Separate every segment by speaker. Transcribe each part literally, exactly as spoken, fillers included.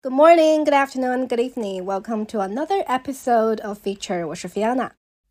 Speaker 1: Good morning, good afternoon, good evening. Welcome to another episode of Feature. 我是 Fiona。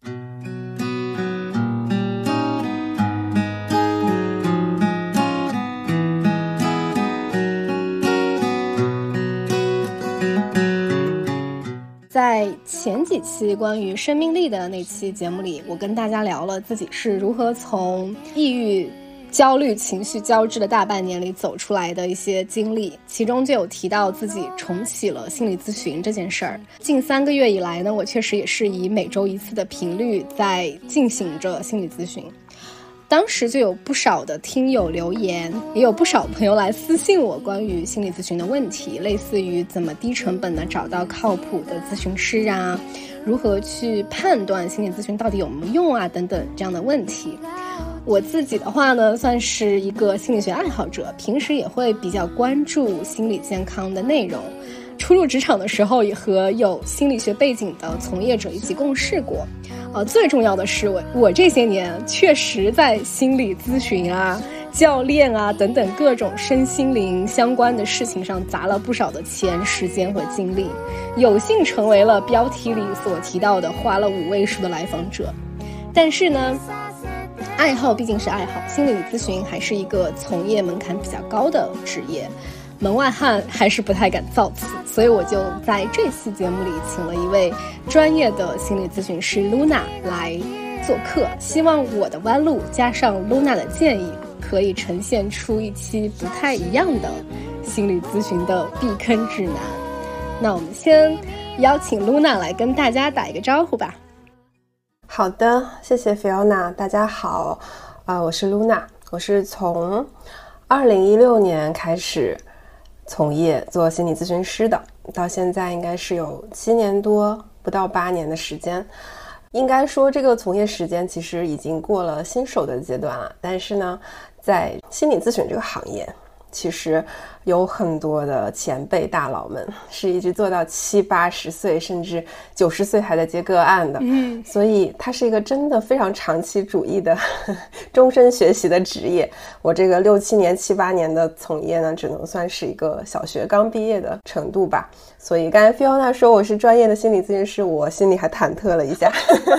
Speaker 1: 在前几期关于生命力的那期节目里，我跟大家聊了自己是如何从抑郁焦虑情绪交织的大半年里走出来的一些经历，其中就有提到自己重启了心理咨询这件事儿。近三个月以来呢，我确实也是以每周一次的频率在进行着心理咨询。当时就有不少的听友留言，也有不少朋友来私信我关于心理咨询的问题，类似于怎么低成本的找到靠谱的咨询师啊，如何去判断心理咨询到底有没有用啊等等这样的问题。我自己的话呢，算是一个心理学爱好者，平时也会比较关注心理健康的内容。初入职场的时候，也和有心理学背景的从业者一起共事过。呃，最重要的是我，我这些年确实在心理咨询啊、教练啊等等各种身心灵相关的事情上砸了不少的钱、时间和精力，有幸成为了标题里所提到的花了五位数的来访者。但是呢，爱好毕竟是爱好，心理咨询还是一个从业门槛比较高的职业，门外汉还是不太敢造次，所以我就在这期节目里请了一位专业的心理咨询师 Luna 来做客，希望我的弯路加上 Luna 的建议，可以呈现出一期不太一样的心理咨询的避坑指南。那我们先邀请 Luna 来跟大家打一个招呼吧。
Speaker 2: 好的，谢谢 Fiona， 大家好，呃，我是 Luna， 我是从二零一六年开始从业做心理咨询师的，到现在应该是有七年多，不到八年的时间。应该说这个从业时间其实已经过了新手的阶段了，但是呢，在心理咨询这个行业，其实有很多的前辈大佬们是一直做到七八十岁甚至九十岁还在接个案的，嗯，所以它是一个真的非常长期主义的终身学习的职业。我这个六七年七八年的从业呢，只能算是一个小学刚毕业的程度吧。所以刚才 Fiona 说我是专业的心理咨询师，我心里还忐忑了一下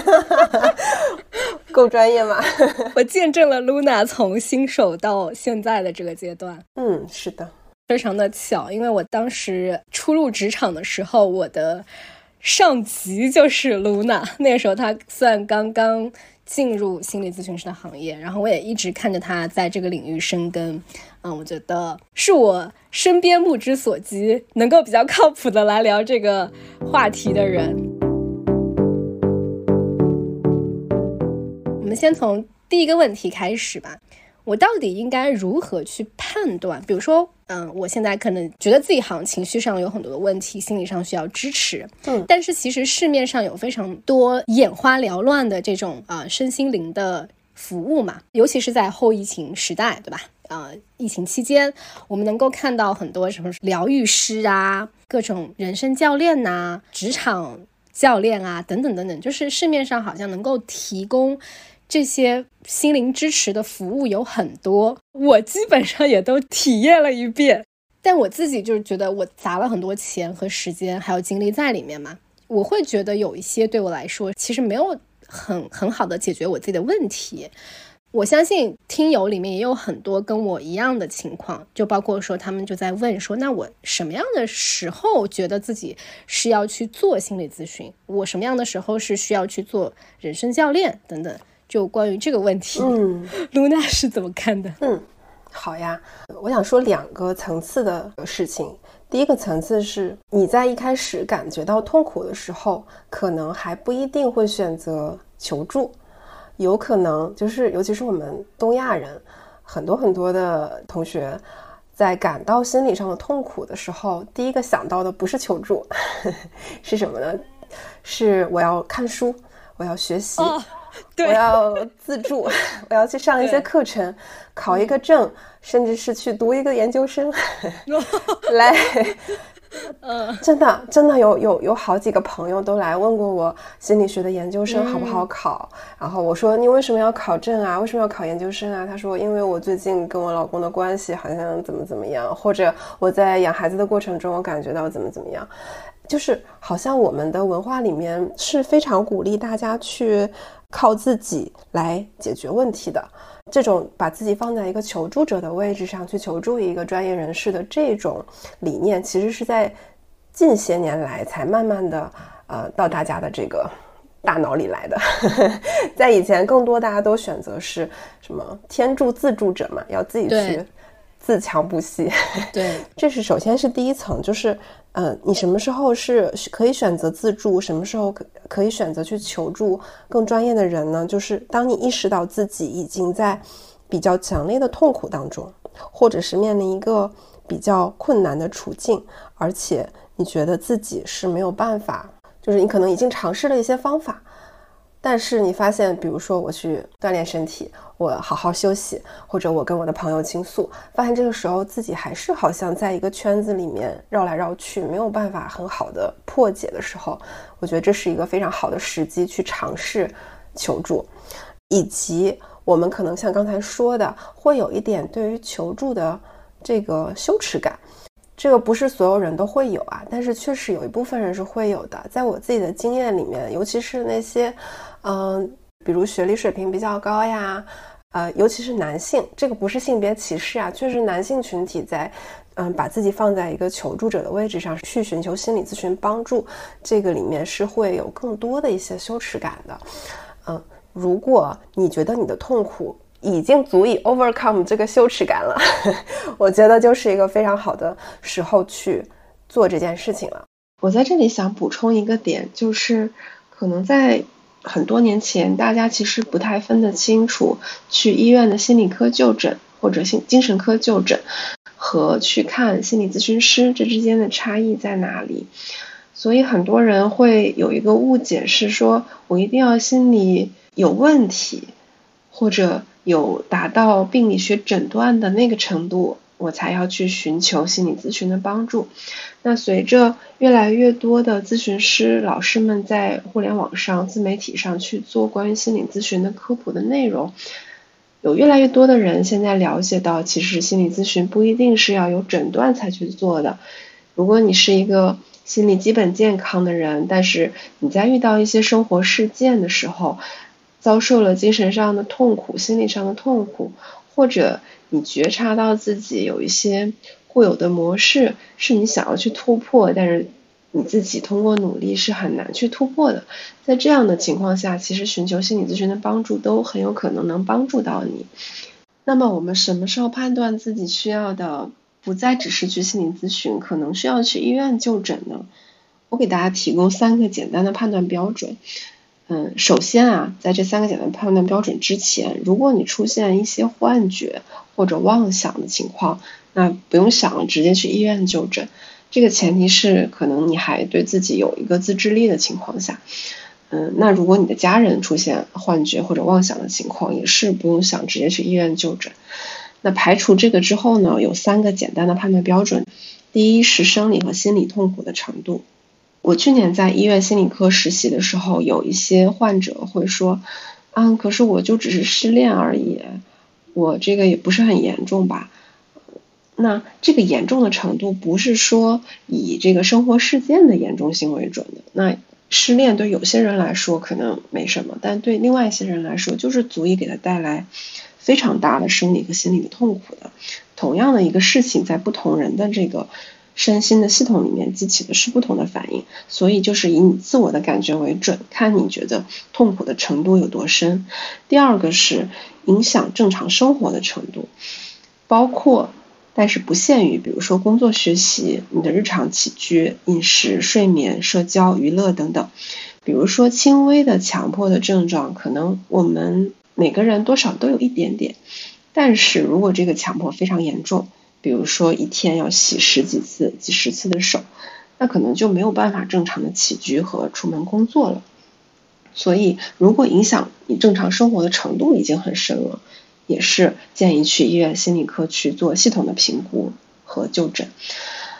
Speaker 2: 够专业吗？
Speaker 1: 我见证了 Luna 从新手到现在的这个阶段。
Speaker 2: 嗯，是的，
Speaker 1: 非常的巧，因为我当时初入职场的时候，我的上级就是 Luna， 那个时候他算刚刚进入心理咨询师的行业，然后我也一直看着他在这个领域深耕。嗯，我觉得是我身边目之所及能够比较靠谱的来聊这个话题的人。我们先从第一个问题开始吧，我到底应该如何去判断，比如说嗯，我现在可能觉得自己好像情绪上有很多的问题，心理上需要支持，嗯，但是其实市面上有非常多眼花缭乱的这种啊、呃、身心灵的服务嘛，尤其是在后疫情时代，对吧？呃，疫情期间我们能够看到很多什么疗愈师啊，各种人生教练啊，职场教练啊等等等等，就是市面上好像能够提供这些心灵支持的服务有很多，我基本上也都体验了一遍，但我自己就是觉得我砸了很多钱和时间还有精力在里面嘛，我会觉得有一些对我来说其实没有很很好的解决我自己的问题。我相信听友里面也有很多跟我一样的情况，就包括说他们就在问说，那我什么样的时候觉得自己是要去做心理咨询，我什么样的时候是需要去做人生教练等等，就关于这个问题，嗯，Luna 是怎么看的？
Speaker 2: 嗯，好呀，我想说两个层次的事情。第一个层次是你在一开始感觉到痛苦的时候，可能还不一定会选择求助，有可能就是尤其是我们东亚人，很多很多的同学在感到心理上的痛苦的时候，第一个想到的不是求助是什么呢？是我要看书，我要学习，哦，我要自助，我要去上一些课程，考一个证，甚至是去读一个研究生来
Speaker 1: 嗯，
Speaker 2: 真的真的有有有好几个朋友都来问过我心理学的研究生好不好考、嗯、然后我说你为什么要考证啊，为什么要考研究生啊？他说因为我最近跟我老公的关系好像怎么怎么样，或者我在养孩子的过程中我感觉到怎么怎么样。就是好像我们的文化里面是非常鼓励大家去靠自己来解决问题的，这种把自己放在一个求助者的位置上去求助一个专业人士的这种理念，其实是在近些年来才慢慢的呃到大家的这个大脑里来的在以前更多大家都选择是什么天助自助者嘛，要自己去自强不息。
Speaker 1: 对，
Speaker 2: 这是首先是第一层，就是呃，你什么时候是可以选择自助，什么时候可以选择去求助更专业的人呢？就是当你意识到自己已经在比较强烈的痛苦当中，或者是面临一个比较困难的处境，而且你觉得自己是没有办法，就是你可能已经尝试了一些方法，但是你发现比如说我去锻炼身体，我好好休息，或者我跟我的朋友倾诉，发现这个时候自己还是好像在一个圈子里面绕来绕去，没有办法很好的破解的时候，我觉得这是一个非常好的时机去尝试求助。以及我们可能像刚才说的会有一点对于求助的这个羞耻感，这个不是所有人都会有啊，但是确实有一部分人是会有的。在我自己的经验里面，尤其是那些嗯，比如学历水平比较高呀，呃，尤其是男性，这个不是性别歧视啊，确实男性群体在嗯把自己放在一个求助者的位置上去寻求心理咨询帮助，这个里面是会有更多的一些羞耻感的。嗯，如果你觉得你的痛苦已经足以 overcome 这个羞耻感了我觉得就是一个非常好的时候去做这件事情了。
Speaker 3: 我在这里想补充一个点，就是可能在很多年前大家其实不太分得清楚去医院的心理科就诊或者精神科就诊和去看心理咨询师这之间的差异在哪里，所以很多人会有一个误解，是说我一定要心理有问题或者有达到病理学诊断的那个程度，我才要去寻求心理咨询的帮助。那随着越来越多的咨询师老师们在互联网上自媒体上去做关于心理咨询的科普的内容，有越来越多的人现在了解到，其实心理咨询不一定是要有诊断才去做的。如果你是一个心理基本健康的人，但是你在遇到一些生活事件的时候遭受了精神上的痛苦，心理上的痛苦，或者你觉察到自己有一些固有的模式是你想要去突破，但是你自己通过努力是很难去突破的，在这样的情况下，其实寻求心理咨询的帮助都很有可能能帮助到你。那么我们什么时候判断自己需要的不再只是去心理咨询，可能需要去医院就诊呢？我给大家提供三个简单的判断标准。嗯，首先啊，在这三个简单判断标准之前，如果你出现一些幻觉或者妄想的情况，那不用想了，直接去医院就诊。这个前提是可能你还对自己有一个自制力的情况下。嗯，那如果你的家人出现幻觉或者妄想的情况，也是不用想，直接去医院就诊。那排除这个之后呢，有三个简单的判断标准。第一是生理和心理痛苦的程度。我去年在医院心理科实习的时候，有一些患者会说，啊，可是我就只是失恋而已，我这个也不是很严重吧。那这个严重的程度不是说以这个生活事件的严重性为准的，那失恋对有些人来说可能没什么，但对另外一些人来说就是足以给他带来非常大的生理和心理的痛苦的。同样的一个事情在不同人的这个身心的系统里面激起的是不同的反应，所以就是以你自我的感觉为准，看你觉得痛苦的程度有多深。第二个是影响正常生活的程度，包括但是不限于比如说工作学习、你的日常起居、饮食、睡眠、社交、娱乐等等。比如说轻微的强迫的症状，可能我们每个人多少都有一点点，但是如果这个强迫非常严重，比如说一天要洗十几次、几十次的手，那可能就没有办法正常的起居和出门工作了。所以如果影响你正常生活的程度已经很深了，也是建议去医院心理科去做系统的评估和就诊。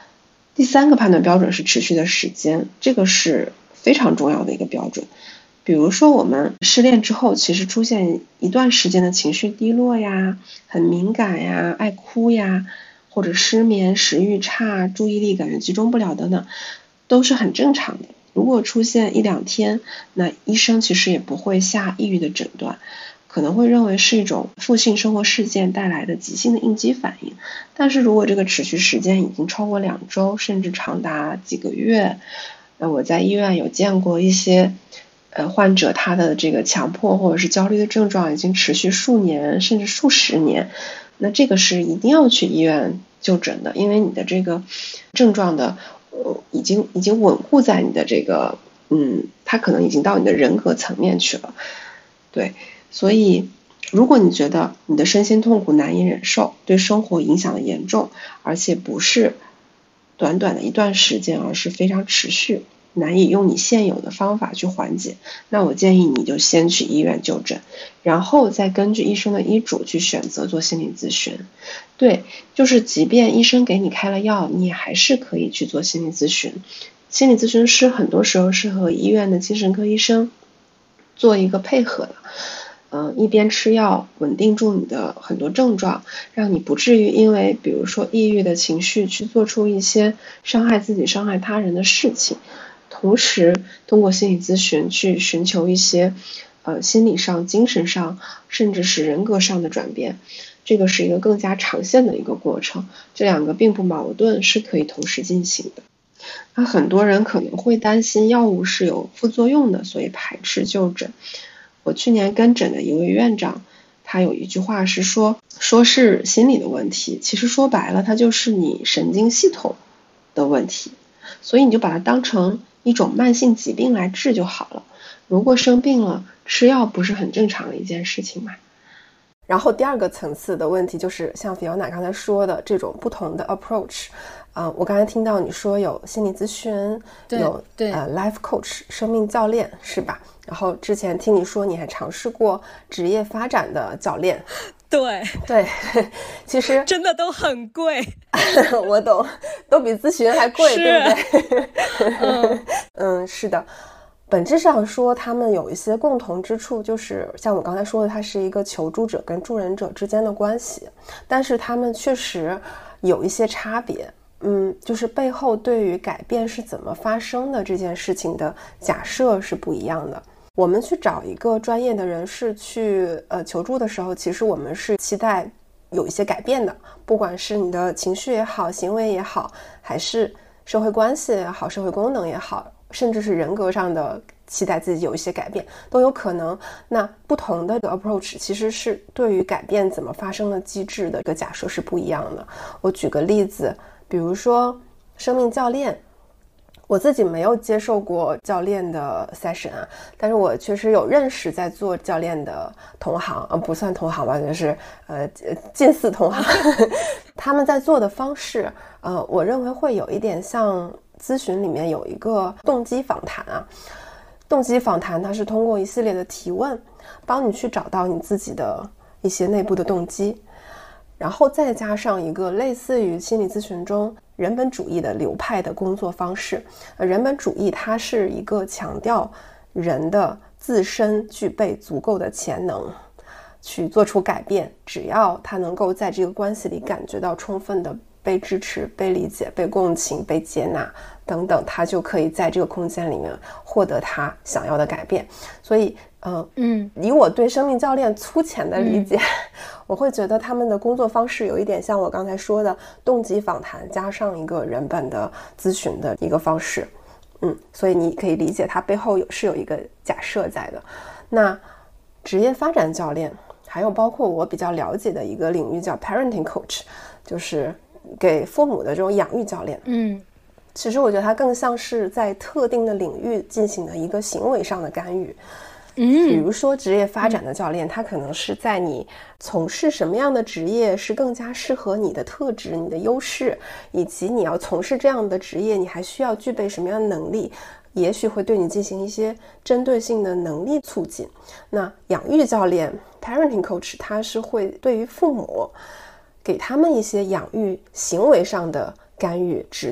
Speaker 3: 第三个判断标准是持续的时间，这个是非常重要的一个标准。比如说我们失恋之后，其实出现一段时间的情绪低落呀，很敏感呀，爱哭呀，或者失眠、食欲差、注意力感觉集中不了等等，都是很正常的。如果出现一两天，那医生其实也不会下抑郁的诊断，可能会认为是一种负性生活事件带来的急性的应激反应。但是如果这个持续时间已经超过两周，甚至长达几个月，那我在医院有见过一些呃，患者他的这个强迫或者是焦虑的症状已经持续数年甚至数十年，那这个是一定要去医院就诊的，因为你的这个症状的呃已经已经稳固在你的这个嗯，它可能已经到你的人格层面去了。对，所以如果你觉得你的身心痛苦难以忍受，对生活影响的严重，而且不是短短的一段时间，而是非常持续，难以用你现有的方法去缓解，那我建议你就先去医院就诊，然后再根据医生的医嘱去选择做心理咨询。对，就是即便医生给你开了药，你也还是可以去做心理咨询。心理咨询师很多时候是和医院的精神科医生做一个配合的，嗯，一边吃药稳定住你的很多症状，让你不至于因为比如说抑郁的情绪去做出一些伤害自己伤害他人的事情，同时通过心理咨询去寻求一些呃心理上精神上甚至是人格上的转变，这个是一个更加长线的一个过程，这两个并不矛盾，是可以同时进行的。那很多人可能会担心药物是有副作用的，所以排斥就诊。我去年跟诊的一位院长，他有一句话是说说是心理的问题，其实说白了它就是你神经系统的问题，所以你就把它当成一种慢性疾病来治就好了。如果生病了，吃药不是很正常的一件事情吗？
Speaker 2: 然后第二个层次的问题就是像 Fiona 刚才说的这种不同的 approach，呃、我刚才听到你说有心理咨询，有
Speaker 1: 对、
Speaker 2: 呃、life coach 生命教练是吧？然后之前听你说你还尝试过职业发展的教练。
Speaker 1: 对
Speaker 2: 对，其实
Speaker 1: 真的都很贵
Speaker 2: 我懂，都比咨询还贵，对不对？
Speaker 1: 嗯,
Speaker 2: 嗯，是的。本质上说他们有一些共同之处，就是像我刚才说的，它是一个求助者跟助人者之间的关系，但是他们确实有一些差别。嗯，就是背后对于改变是怎么发生的这件事情的假设是不一样的。我们去找一个专业的人士去呃求助的时候，其实我们是期待有一些改变的，不管是你的情绪也好，行为也好，还是社会关系也好，社会功能也好，甚至是人格上的期待自己有一些改变都有可能。那不同的 approach 其实是对于改变怎么发生的机制的一个假设是不一样的。我举个例子，比如说生命教练，我自己没有接受过教练的 session 啊，但是我确实有认识在做教练的同行，呃，不算同行吧，就是呃近似同行他们在做的方式，呃，我认为会有一点像咨询里面有一个动机访谈啊。动机访谈它是通过一系列的提问，帮你去找到你自己的一些内部的动机，然后再加上一个类似于心理咨询中人本主义的流派的工作方式。人本主义它是一个强调人的自身具备足够的潜能去做出改变，只要他能够在这个关系里感觉到充分的被支持、被理解、被共情、被接纳等等，他就可以在这个空间里面获得他想要的改变。所以呃，嗯，以我对生命教练粗浅的理解、嗯、我会觉得他们的工作方式有一点像我刚才说的动机访谈加上一个人本的咨询的一个方式。嗯，所以你可以理解它背后有是有一个假设在的。那职业发展教练还有包括我比较了解的一个领域叫 parenting coach， 就是给父母的这种养育教练。嗯，其实我觉得它更像是在特定的领域进行的一个行为上的干预。嗯，比如说职业发展的教练，他可能是在你从事什么样的职业是更加适合你的特质、你的优势，以及你要从事这样的职业你还需要具备什么样的能力，也许会对你进行一些针对性的能力促进。那养育教练 parenting coach 他是会对于父母给他们一些养育行为上的干预指导，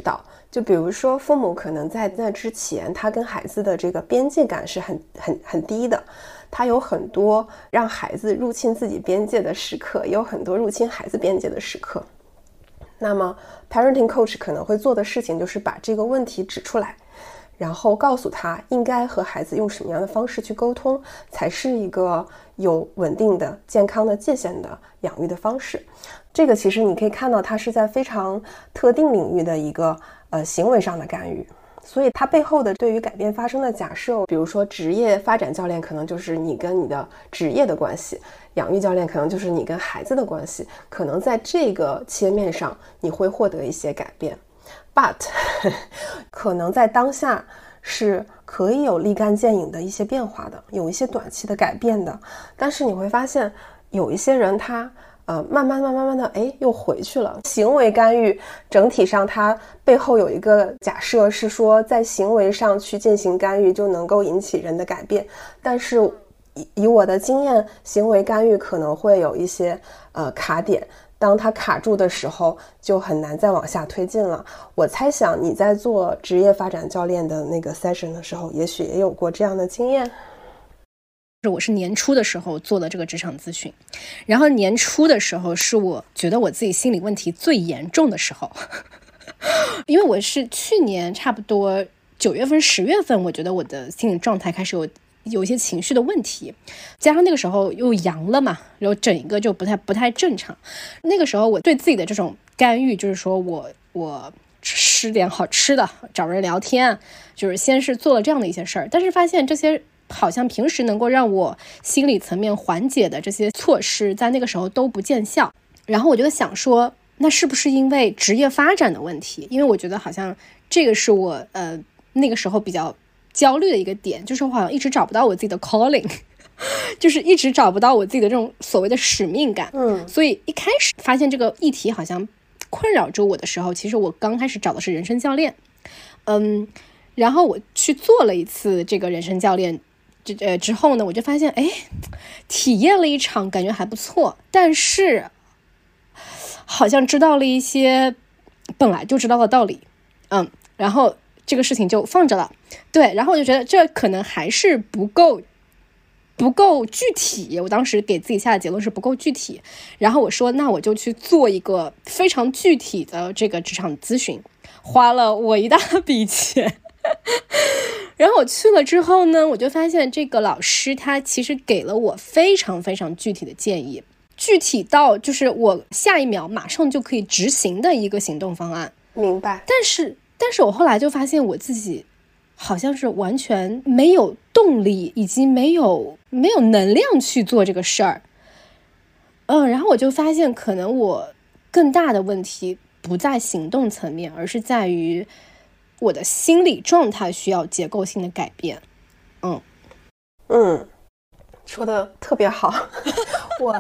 Speaker 2: 就比如说父母可能在那之前他跟孩子的这个边界感是很很很低的，他有很多让孩子入侵自己边界的时刻，也有很多入侵孩子边界的时刻。那么 parenting coach 可能会做的事情就是把这个问题指出来，然后告诉他应该和孩子用什么样的方式去沟通，才是一个有稳定的健康的界限的养育的方式。这个其实你可以看到它是在非常特定领域的一个呃行为上的干预，所以它背后的对于改变发生的假设，比如说职业发展教练可能就是你跟你的职业的关系，养育教练可能就是你跟孩子的关系，可能在这个切面上你会获得一些改变。But 可能在当下是可以有立竿见影的一些变化的，有一些短期的改变的，但是你会发现有一些人他呃，慢慢慢慢慢的哎又回去了。行为干预整体上它背后有一个假设是说在行为上去进行干预就能够引起人的改变，但是以以我的经验，行为干预可能会有一些呃卡点，当它卡住的时候就很难再往下推进了。我猜想你在做职业发展教练的那个 session 的时候也许也有过这样的经验。
Speaker 1: 我是年初的时候做的这个职场咨询，然后年初的时候是我觉得我自己心理问题最严重的时候因为我是去年差不多九月份十月份，我觉得我的心理状态开始有有一些情绪的问题，加上那个时候又阳了嘛，然后整一个就不太不太正常。那个时候我对自己的这种干预就是说我我吃点好吃的，找人聊天，就是先是做了这样的一些事儿，但是发现这些好像平时能够让我心理层面缓解的这些措施在那个时候都不见效。然后我就在想说，那是不是因为职业发展的问题？因为我觉得好像这个是我呃那个时候比较焦虑的一个点，就是我好像一直找不到我自己的 calling 就是一直找不到我自己的这种所谓的使命感。
Speaker 2: 嗯，
Speaker 1: 所以一开始发现这个议题好像困扰着我的时候，其实我刚开始找的是人生教练。嗯，然后我去做了一次这个人生教练呃之后呢，我就发现哎，体验了一场感觉还不错，但是好像知道了一些本来就知道的道理。嗯，然后这个事情就放着了。对，然后我就觉得这可能还是不够不够具体，我当时给自己下的结论是不够具体。然后我说那我就去做一个非常具体的这个职场咨询，花了我一大笔钱然后我去了之后呢，我就发现这个老师他其实给了我非常非常具体的建议，具体到就是我下一秒马上就可以执行的一个行动方案。
Speaker 2: 明白。
Speaker 1: 但是但是我后来就发现我自己好像是完全没有动力以及没有没有能量去做这个事儿。嗯，然后我就发现可能我更大的问题不在行动层面，而是在于我的心理状态需要结构性的改变。嗯
Speaker 2: 嗯，说的特别好我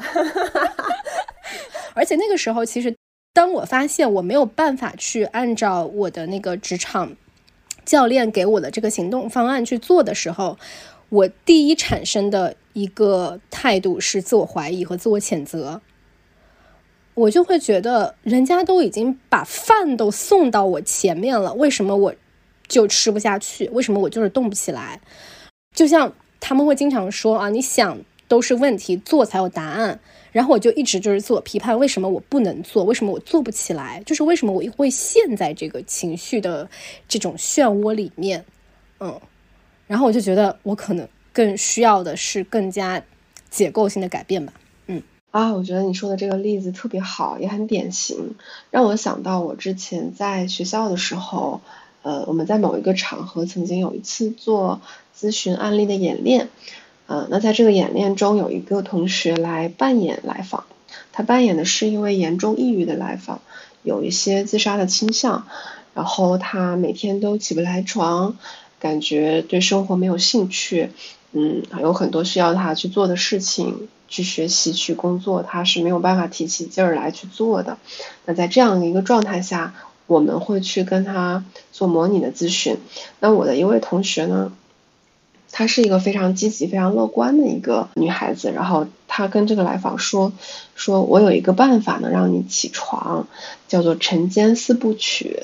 Speaker 1: 而且那个时候其实当我发现我没有办法去按照我的那个职场教练给我的这个行动方案去做的时候，我第一产生的一个态度是自我怀疑和自我谴责。我就会觉得人家都已经把饭都送到我前面了，为什么我就吃不下去？为什么我就是动不起来？就像他们会经常说啊，你想都是问题，做才有答案。然后我就一直就是自我批判，为什么我不能做？为什么我做不起来？就是为什么我会陷在这个情绪的这种漩涡里面？嗯，然后我就觉得我可能更需要的是更加结构性的改变吧。嗯
Speaker 3: 啊，我觉得你说的这个例子特别好，也很典型，让我想到我之前在学校的时候，呃，我们在某一个场合曾经有一次做咨询案例的演练。呃，那在这个演练中，有一个同学来扮演来访，他扮演的是一位严重抑郁的来访，有一些自杀的倾向，然后他每天都起不来床，感觉对生活没有兴趣，嗯，有很多需要他去做的事情，去学习去工作，他是没有办法提起劲儿来去做的。那在这样的一个状态下，我们会去跟他做模拟的咨询。那我的一位同学呢，她是一个非常积极非常乐观的一个女孩子，然后她跟这个来访说说我有一个办法能让你起床，叫做晨间四部曲。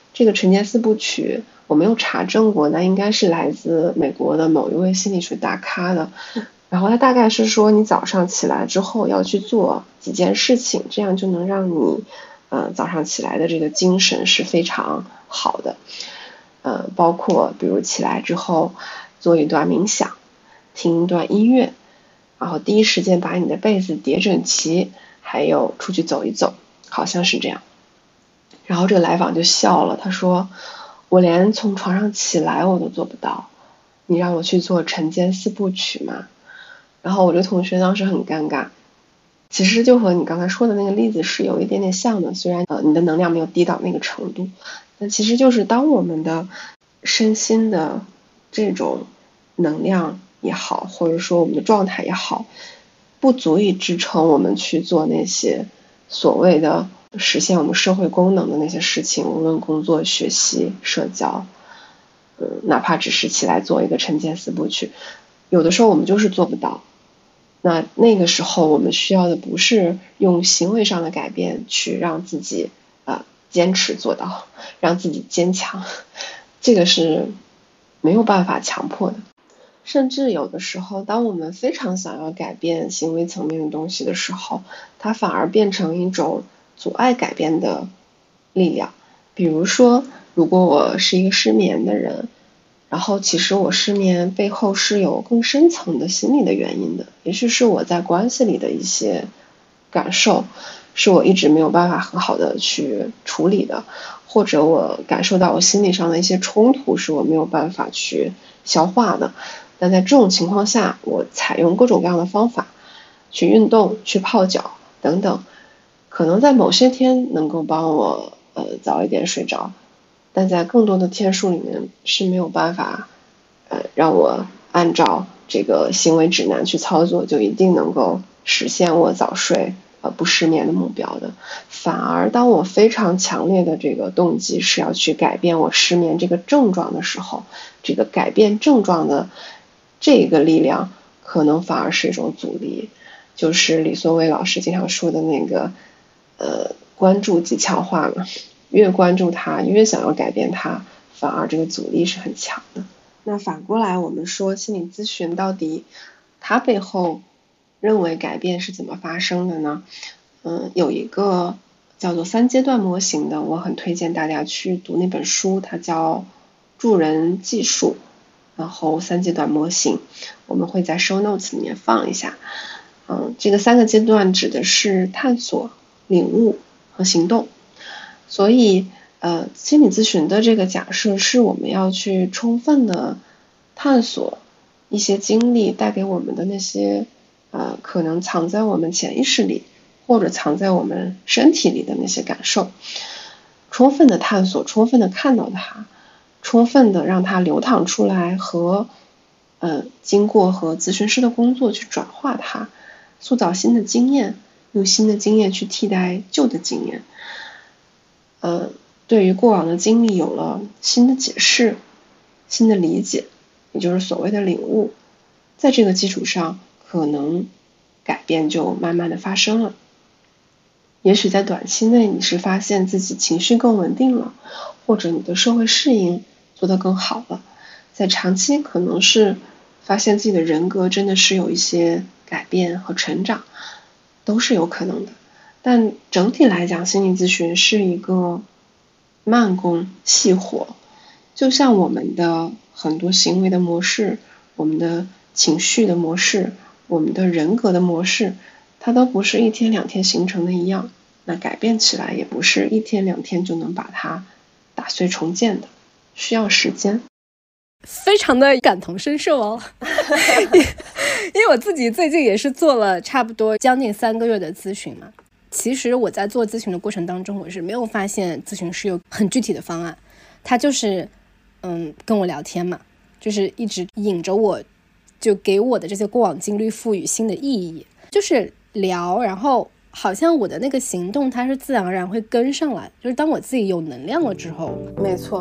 Speaker 3: 这个晨间四部曲我没有查证过，那应该是来自美国的某一位心理学大咖的。然后他大概是说，你早上起来之后要去做几件事情，这样就能让你呃早上起来的这个精神是非常好的。呃，包括比如起来之后做一段冥想，听一段音乐，然后第一时间把你的被子叠整齐，还有出去走一走，好像是这样。然后这个来访就笑了，他说我连从床上起来我都做不到，你让我去做晨间四部曲吗？然后我这同学当时很尴尬，其实就和你刚才说的那个例子是有一点点像的，虽然呃你的能量没有低到那个程度，但其实就是当我们的身心的这种能量也好，或者说我们的状态也好，不足以支撑我们去做那些所谓的实现我们社会功能的那些事情，无论工作、学习、社交，嗯，哪怕只是起来做一个晨间四部曲，有的时候我们就是做不到。那那个时候我们需要的不是用行为上的改变去让自己呃坚持做到，让自己坚强，这个是没有办法强迫的。甚至有的时候当我们非常想要改变行为层面的东西的时候，它反而变成一种阻碍改变的力量。比如说如果我是一个失眠的人，然后其实我失眠背后是有更深层的心理的原因的，也许是我在关系里的一些感受是我一直没有办法很好的去处理的，或者我感受到我心理上的一些冲突是我没有办法去消化的。但在这种情况下，我采用各种各样的方法去运动、去泡脚等等，可能在某些天能够帮我呃早一点睡着，但在更多的天数里面是没有办法呃让我按照这个行为指南去操作就一定能够实现我早睡呃不失眠的目标的。反而当我非常强烈的这个动机是要去改变我失眠这个症状的时候，这个改变症状的这个力量可能反而是一种阻力，就是李松蔚老师经常说的那个呃关注即强化嘛，越关注它越想要改变它，反而这个阻力是很强的。那反过来我们说心理咨询到底它背后认为改变是怎么发生的呢？嗯，有一个叫做三阶段模型的，我很推荐大家去读那本书，它叫助人技术，然后三阶段模型我们会在 show notes 里面放一下。嗯，这个三个阶段指的是探索、领悟和行动。所以呃，心理咨询的这个假设是我们要去充分的探索一些经历带给我们的那些呃，可能藏在我们潜意识里或者藏在我们身体里的那些感受，充分的探索，充分的看到它，充分的让它流淌出来，和呃，经过和咨询师的工作去转化它，塑造新的经验，用新的经验去替代旧的经验。呃，对于过往的经历有了新的解释、新的理解，也就是所谓的领悟，在这个基础上可能改变就慢慢的发生了。也许在短期内你是发现自己情绪更稳定了，或者你的社会适应做得更好了，在长期可能是发现自己的人格真的是有一些改变和成长，都是有可能的。但整体来讲，心理咨询是一个慢工细活，就像我们的很多行为的模式，我们的情绪的模式，我们的人格的模式，它都不是一天两天形成的一样，那改变起来也不是一天两天就能把它打碎重建的，需要时间。
Speaker 1: 非常的感同身受哦因为我自己最近也是做了差不多将近三个月的咨询嘛。其实我在做咨询的过程当中，我是没有发现咨询师有很具体的方案，他就是嗯跟我聊天嘛，就是一直引着我，就给我的这些过往经历赋予新的意义，就是聊，然后好像我的那个行动它是自然而然会跟上来，就是当我自己有能量了之后。
Speaker 2: 没错。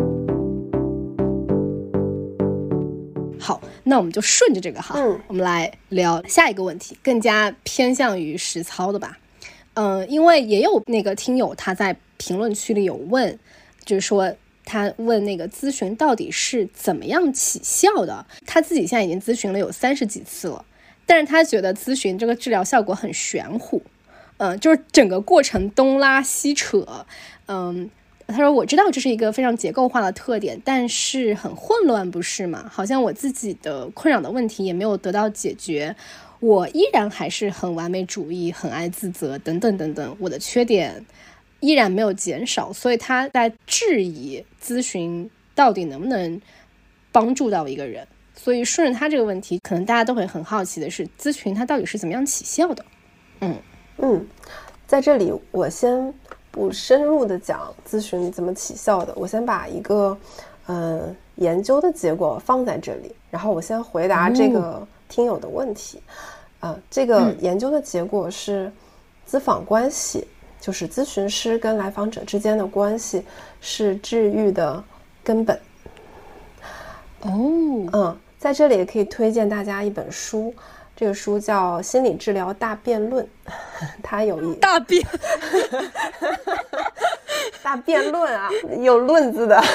Speaker 1: 好，那我们就顺着这个哈、
Speaker 2: 嗯，
Speaker 1: 我们来聊下一个问题，更加偏向于实操的吧。嗯、呃，因为也有那个听友他在评论区里有问， 就是说他问那个咨询到底是怎么样起效的，他自己现在已经咨询了有三十几次了，但是他觉得咨询这个治疗效果很玄乎，嗯，就是整个过程东拉西扯，嗯，他说我知道这是一个非常结构化的特点，但是很混乱不是吗？好像我自己的困扰的问题也没有得到解决，我依然还是很完美主义，很爱自责等等等等，我的缺点依然没有减少，所以他在质疑咨询到底能不能帮助到一个人。所以顺着他这个问题，可能大家都会很好奇的是，咨询它到底是怎么样起效的？嗯
Speaker 2: 嗯，在这里我先不深入的讲咨询怎么起效的，我先把一个嗯、呃、研究的结果放在这里，然后我先回答这个听友的问题。啊、呃，这个研究的结果是咨访关系。就是咨询师跟来访者之间的关系是治愈的根本。
Speaker 1: 哦，
Speaker 2: 嗯，在这里也可以推荐大家一本书，这个书叫《心理治疗大辩论》，它有一
Speaker 1: 大辩
Speaker 2: 大辩论啊，有论字的。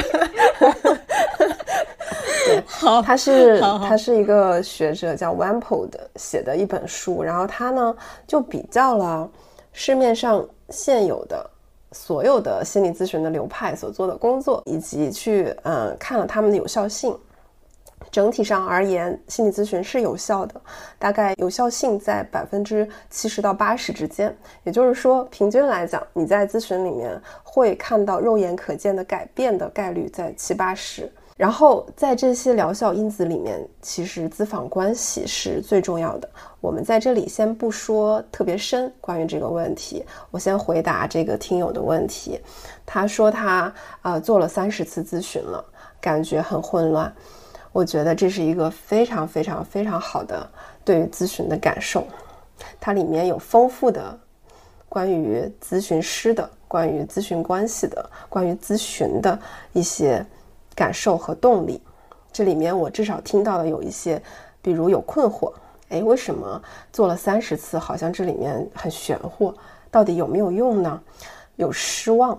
Speaker 2: 对，
Speaker 1: 好，
Speaker 2: 他是
Speaker 1: 好好
Speaker 2: 他是一个学者叫 Wampo 的写的一本书，然后他呢就比较了市面上现有的所有的心理咨询的流派所做的工作，以及去嗯看了他们的有效性。整体上而言，心理咨询是有效的，大概有效性在百分之七十到八十之间。也就是说，平均来讲，你在咨询里面会看到肉眼可见的改变的概率在七八十。然后在这些疗效因子里面，其实咨访关系是最重要的。我们在这里先不说特别深关于这个问题，我先回答这个听友的问题。他说他呃做了三十次咨询了，感觉很混乱。我觉得这是一个非常非常非常好的对于咨询的感受。它里面有丰富的关于咨询师的、关于咨询关系的、关于咨询的一些感受和动力。这里面我至少听到的有一些，比如有困惑，诶，为什么做了三十次好像这里面很玄乎，到底有没有用呢？有失望，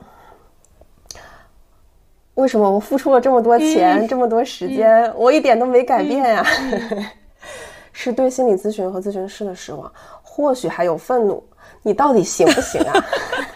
Speaker 2: 为什么我付出了这么多钱、嗯、这么多时间、嗯、我一点都没改变呀、啊嗯、是对心理咨询和咨询师的失望，或许还有愤怒，你到底行不行啊？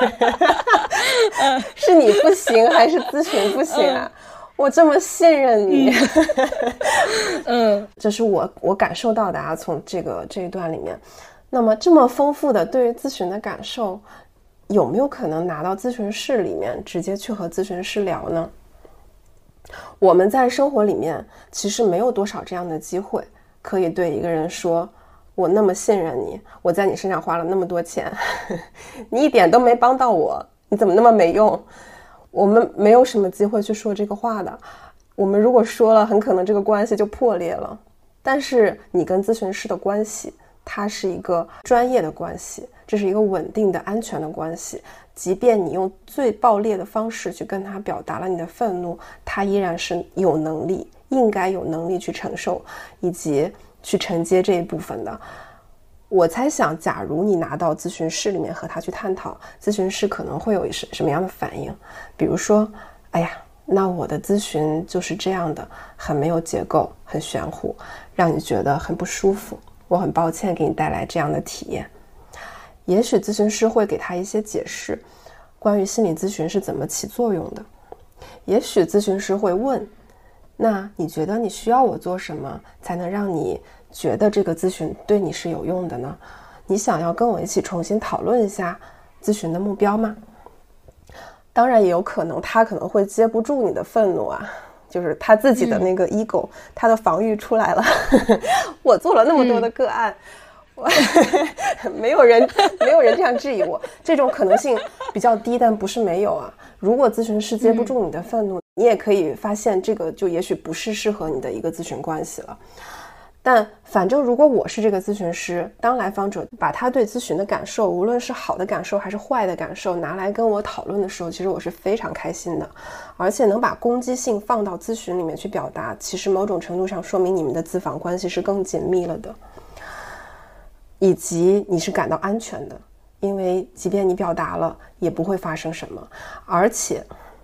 Speaker 2: 是你不行还是咨询不行啊？我这么信任你。嗯，这是我我感受到的啊，从这个这一段里面。那么这么丰富的对于咨询的感受，有没有可能拿到咨询室里面直接去和咨询师聊呢？我们在生活里面其实没有多少这样的机会，可以对一个人说，我那么信任你，我在你身上花了那么多钱，你一点都没帮到我，你怎么那么没用？我们没有什么机会去说这个话的。我们如果说了，很可能这个关系就破裂了。但是你跟咨询师的关系，它是一个专业的关系，这是一个稳定的安全的关系，即便你用最暴烈的方式去跟他表达了你的愤怒，他依然是有能力，应该有能力去承受以及去承接这一部分的。我猜想，假如你拿到咨询室里面和他去探讨，咨询师可能会有什么样的反应？比如说，哎呀，那我的咨询就是这样的，很没有结构，很玄乎，让你觉得很不舒服，我很抱歉给你带来这样的体验。也许咨询师会给他一些解释，关于心理咨询是怎么起作用的。也许咨询师会问，那你觉得你需要我做什么才能让你觉得这个咨询对你是有用的呢？你想要跟我一起重新讨论一下咨询的目标吗？当然也有可能他可能会接不住你的愤怒啊，就是他自己的那个 ego、嗯、他的防御出来了。我做了那么多的个案、嗯、没有人没有人这样质疑我，这种可能性比较低，但不是没有啊。如果咨询师接不住你的愤怒、嗯、你也可以发现这个就也许不是适合你的一个咨询关系了。但反正如果我是这个咨询师，当来访者把他对咨询的感受，无论是好的感受还是坏的感受拿来跟我讨论的时候，其实我是非常开心的。而且能把攻击性放到咨询里面去表达，其实某种程度上说明你们的咨访关系是更紧密了的，以及你是感到安全的，因为即便你表达了也不会发生什么。而且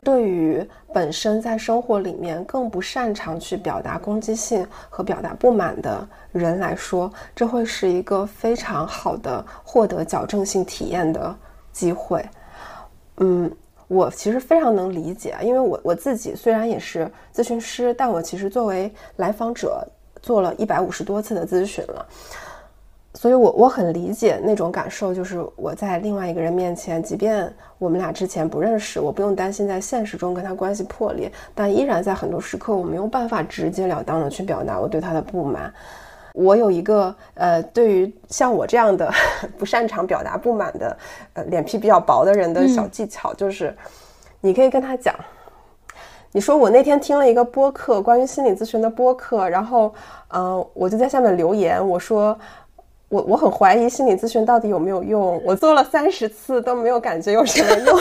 Speaker 2: 对于本身在生活里面更不擅长去表达攻击性和表达不满的人来说，这会是一个非常好的获得矫正性体验的机会。嗯，我其实非常能理解，因为我我自己虽然也是咨询师，但我其实作为来访者做了一百五十多次的咨询了，所以我我很理解那种感受，就是我在另外一个人面前，即便我们俩之前不认识，我不用担心在现实中跟他关系破裂，但依然在很多时刻我没有办法直截了当的去表达我对他的不满。我有一个呃，对于像我这样的不擅长表达不满的呃脸皮比较薄的人的小技巧，嗯、就是你可以跟他讲，你说我那天听了一个播客，关于心理咨询的播客，然后嗯、呃，我就在下面留言，我说我我很怀疑心理咨询到底有没有用，我做了三十次都没有感觉有什么用，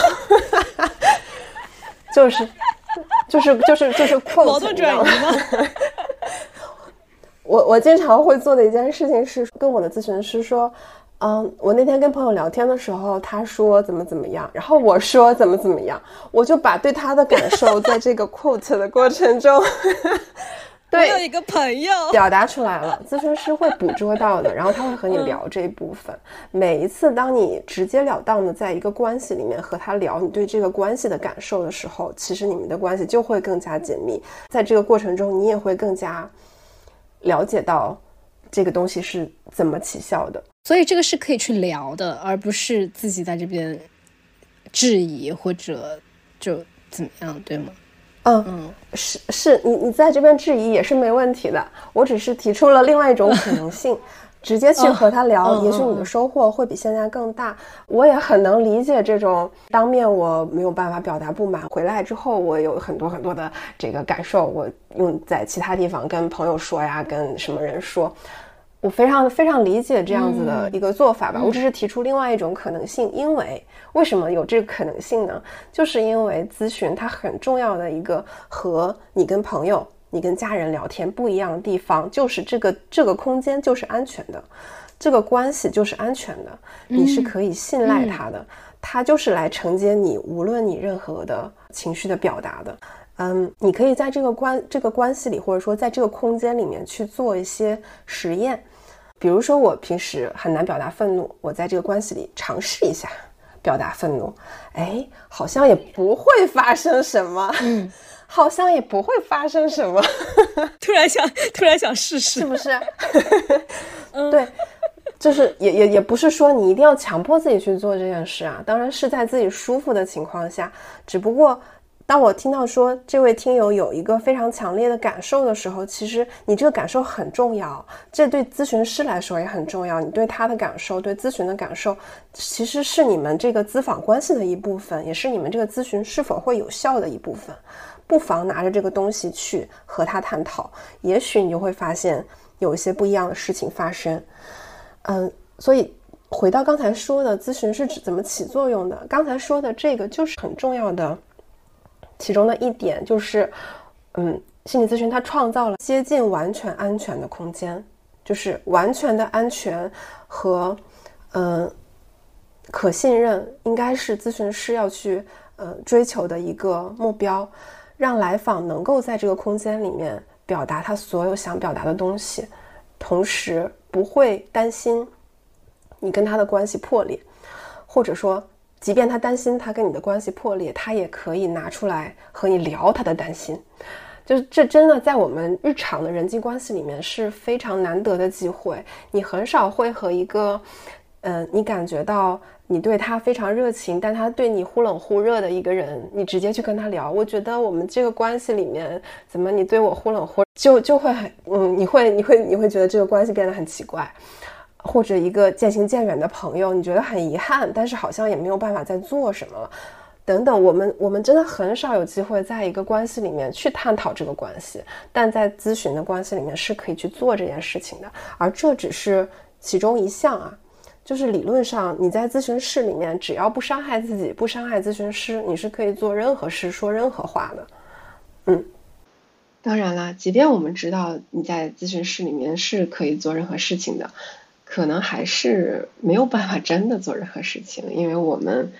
Speaker 2: 就是就是就是就是
Speaker 1: 矛盾转移吗？
Speaker 2: 我我经常会做的一件事情是跟我的咨询师说，嗯，我那天跟朋友聊天的时候，他说怎么怎么样，然后我说怎么怎么样，我就把对他的感受在这个 quote 的过程中对，
Speaker 1: 我有一个朋友
Speaker 2: 表达出来了，咨询师会捕捉到的，然后他会和你聊这一部分。嗯、每一次当你直截了当的在一个关系里面和他聊你对这个关系的感受的时候，其实你们的关系就会更加紧密，在这个过程中你也会更加了解到这个东西是怎么起效的。
Speaker 1: 所以这个是可以去聊的，而不是自己在这边质疑或者就怎么样，对吗？
Speaker 2: 嗯嗯，是是，你你在这边质疑也是没问题的，我只是提出了另外一种可能性，直接去和他聊，哦、也许你的收获会比现在更大。我也很能理解这种当面我没有办法表达不满，回来之后我有很多很多的这个感受，我用在其他地方跟朋友说呀，跟什么人说。我非常非常理解这样子的一个做法吧，嗯、我只是提出另外一种可能性，因为为什么有这个可能性呢？就是因为咨询它很重要的一个和你跟朋友、你跟家人聊天不一样的地方，就是这个这个空间就是安全的，这个关系就是安全的，你是可以信赖它的，嗯、它就是来承接你无论你任何的情绪的表达的。嗯，你可以在这个关这个关系里，或者说在这个空间里面去做一些实验。比如说我平时很难表达愤怒，我在这个关系里尝试一下表达愤怒，哎，好像也不会发生什么，嗯，好像也不会发生什么，
Speaker 1: 突然想突然想试试，
Speaker 2: 是不是？嗯、对，就是也也也不是说你一定要强迫自己去做这件事啊，当然是在自己舒服的情况下，只不过当我听到说这位听友有一个非常强烈的感受的时候，其实你这个感受很重要，这对咨询师来说也很重要，你对他的感受，对咨询的感受，其实是你们这个咨访关系的一部分，也是你们这个咨询是否会有效的一部分。不妨拿着这个东西去和他探讨，也许你就会发现有一些不一样的事情发生。嗯，所以回到刚才说的咨询是指怎么起作用的，刚才说的这个就是很重要的其中的一点，就是嗯，心理咨询它创造了接近完全安全的空间，就是完全的安全和嗯可信任，应该是咨询师要去呃追求的一个目标，让来访能够在这个空间里面表达他所有想表达的东西，同时不会担心你跟他的关系破裂，或者说即便他担心他跟你的关系破裂，他也可以拿出来和你聊他的担心。就是这真的在我们日常的人际关系里面是非常难得的机会，你很少会和一个呃，你感觉到你对他非常热情，但他对你忽冷忽热的一个人，你直接去跟他聊，我觉得我们这个关系里面怎么你对我忽冷忽热，就就会很嗯，你会你会你会觉得这个关系变得很奇怪。或者一个渐行渐远的朋友，你觉得很遗憾，但是好像也没有办法再做什么了等等，我们我们真的很少有机会在一个关系里面去探讨这个关系，但在咨询的关系里面是可以去做这件事情的，而这只是其中一项啊。就是理论上你在咨询室里面只要不伤害自己，不伤害咨询师，你是可以做任何事说任何话的。嗯，
Speaker 3: 当然啦，即便我们知道你在咨询室里面是可以做任何事情的，可能还是没有办法真的做任何事情，因为我们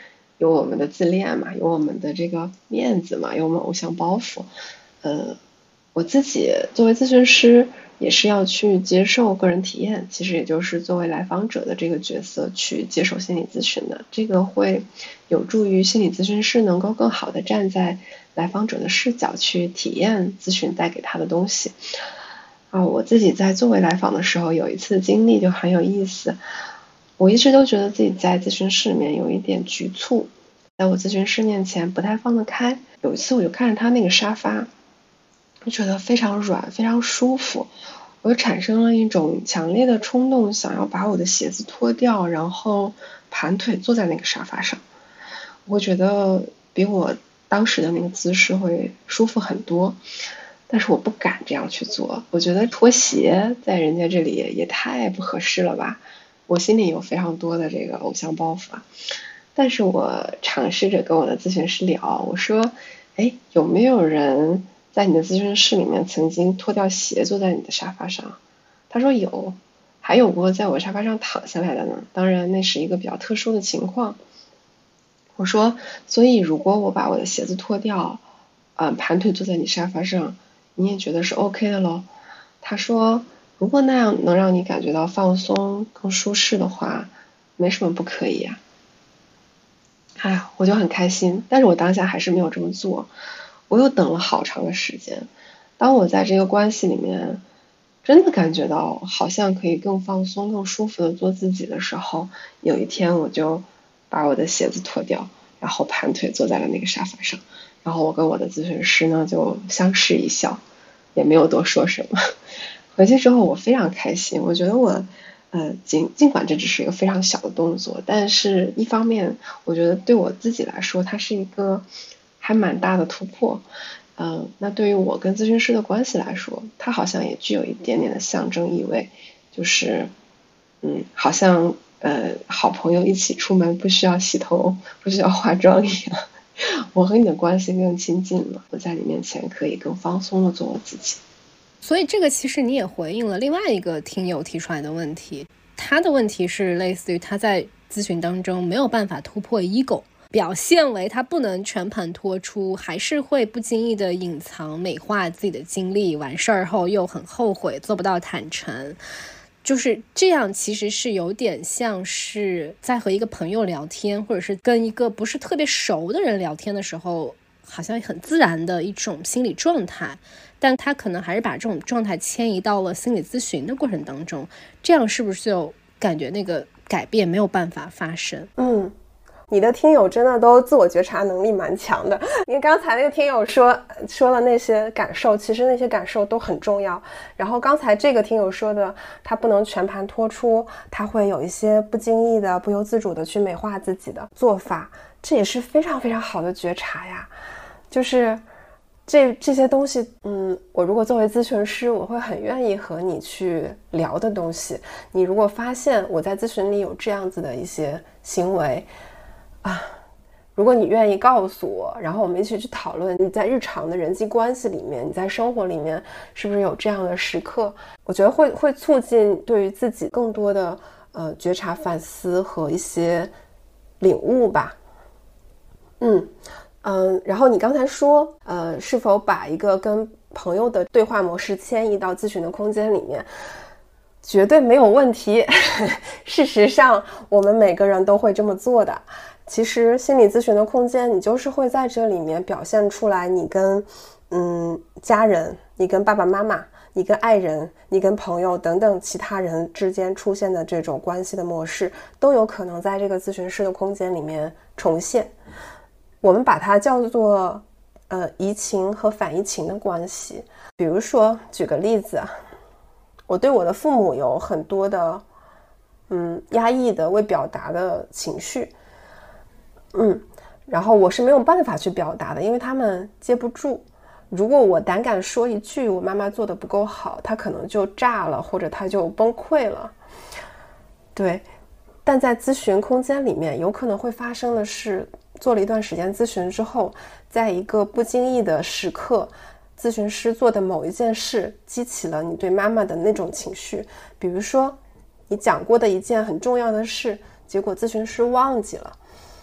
Speaker 3: 有我们的自恋嘛，有我们的这个面子嘛，有我们偶像包袱。呃，我自己作为咨询师也是要去接受个人体验，其实也就是作为来访者的这个角色去接受心理咨询的，这个会有助于心理咨询师能够更好的站在来访者的视角去体验咨询带给他的东西。啊，我自己在作为来访的时候有一次经历就很有意思，我一直都觉得自己在咨询室里面有一点局促，在我咨询师面前不太放得开。有一次我就看着他那个沙发，我觉得非常软非常舒服，我就产生了一种强烈的冲动，想要把我的鞋子脱掉，然后盘腿坐在那个沙发上。我觉得比我当时的那个姿势会舒服很多，但是我不敢这样去做，我觉得脱鞋在人家这里也太不合适了吧，我心里有非常多的这个偶像包袱啊。但是我尝试着跟我的咨询师聊，我说哎，有没有人在你的咨询室里面曾经脱掉鞋坐在你的沙发上？他说有，还有过在我沙发上躺下来的呢，当然那是一个比较特殊的情况。我说所以如果我把我的鞋子脱掉，呃，盘腿坐在你沙发上，你也觉得是 OK 的咯？他说如果那样能让你感觉到放松更舒适的话，没什么不可以啊。哎呀，我就很开心，但是我当下还是没有这么做，我又等了好长的时间。当我在这个关系里面真的感觉到好像可以更放松更舒服的做自己的时候，有一天我就把我的鞋子脱掉，然后盘腿坐在了那个沙发上，然后我跟我的咨询师呢就相视一笑，也没有多说什么。回去之后我非常开心，我觉得我呃，尽尽管这只是一个非常小的动作，但是一方面我觉得对我自己来说它是一个还蛮大的突破。嗯、呃，那对于我跟咨询师的关系来说，它好像也具有一点点的象征意味，就是嗯，好像呃好朋友一起出门不需要洗头不需要化妆一样，我和你的关系更亲近了，我在你面前可以更放松的做我自己。
Speaker 1: 所以这个其实你也回应了另外一个听友提出来的问题，他的问题是类似于他在咨询当中没有办法突破 ego， 表现为他不能全盘托出，还是会不经意的隐藏美化自己的经历，完事儿后又很后悔做不到坦诚，就是这样。其实是有点像是在和一个朋友聊天，或者是跟一个不是特别熟的人聊天的时候，好像很自然的一种心理状态，但他可能还是把这种状态迁移到了心理咨询的过程当中，这样是不是就感觉那个改变没有办法发生？
Speaker 2: 嗯，你的听友真的都自我觉察能力蛮强的。因为刚才那个听友说说了那些感受，其实那些感受都很重要。然后刚才这个听友说的，他不能全盘托出，他会有一些不经意的、不由自主的去美化自己的做法，这也是非常非常好的觉察呀。就是这这些东西，嗯，我如果作为咨询师，我会很愿意和你去聊的东西。你如果发现我在咨询里有这样子的一些行为啊，如果你愿意告诉我，然后我们一起去讨论你在日常的人际关系里面，你在生活里面是不是有这样的时刻，我觉得会会促进对于自己更多的呃觉察反思和一些领悟吧。嗯嗯，然后你刚才说呃是否把一个跟朋友的对话模式迁移到咨询的空间里面，绝对没有问题。事实上我们每个人都会这么做的。其实心理咨询的空间，你就是会在这里面表现出来你跟嗯家人，你跟爸爸妈妈，你跟爱人，你跟朋友等等其他人之间出现的这种关系的模式，都有可能在这个咨询室的空间里面重现。我们把它叫做呃移情和反移情的关系。比如说举个例子，我对我的父母有很多的嗯压抑的未表达的情绪，嗯，然后我是没有办法去表达的，因为他们接不住。如果我胆敢说一句我妈妈做的不够好，她可能就炸了，或者她就崩溃了。对，但在咨询空间里面有可能会发生的是，做了一段时间咨询之后，在一个不经意的时刻，咨询师做的某一件事激起了你对妈妈的那种情绪。比如说你讲过的一件很重要的事，结果咨询师忘记了，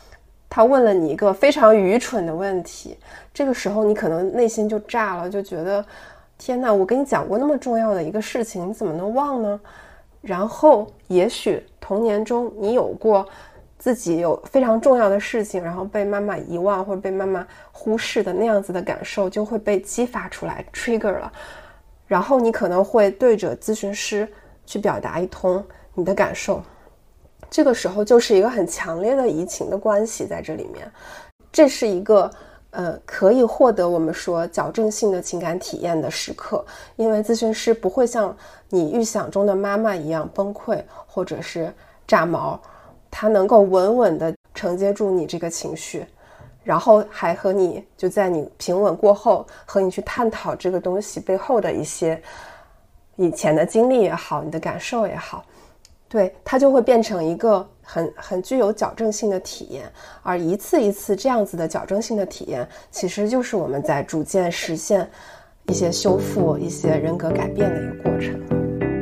Speaker 2: 他问了你一个非常愚蠢的问题，这个时候你可能内心就炸了，就觉得天哪，我跟你讲过那么重要的一个事情，你怎么能忘呢？然后也许童年中你有过自己有非常重要的事情，然后被妈妈遗忘或者被妈妈忽视的那样子的感受就会被激发出来 trigger 了，然后你可能会对着咨询师去表达一通你的感受，这个时候就是一个很强烈的移情的关系在这里面。这是一个呃，可以获得我们说矫正性的情感体验的时刻，因为咨询师不会像你预想中的妈妈一样崩溃或者是炸毛，他能够稳稳地承接住你这个情绪，然后还和你就在你平稳过后和你去探讨这个东西背后的一些以前的经历也好，你的感受也好，对，它就会变成一个很很具有矫正性的体验。而一次一次这样子的矫正性的体验，其实就是我们在逐渐实现一些修复、一些人格改变的一个过程。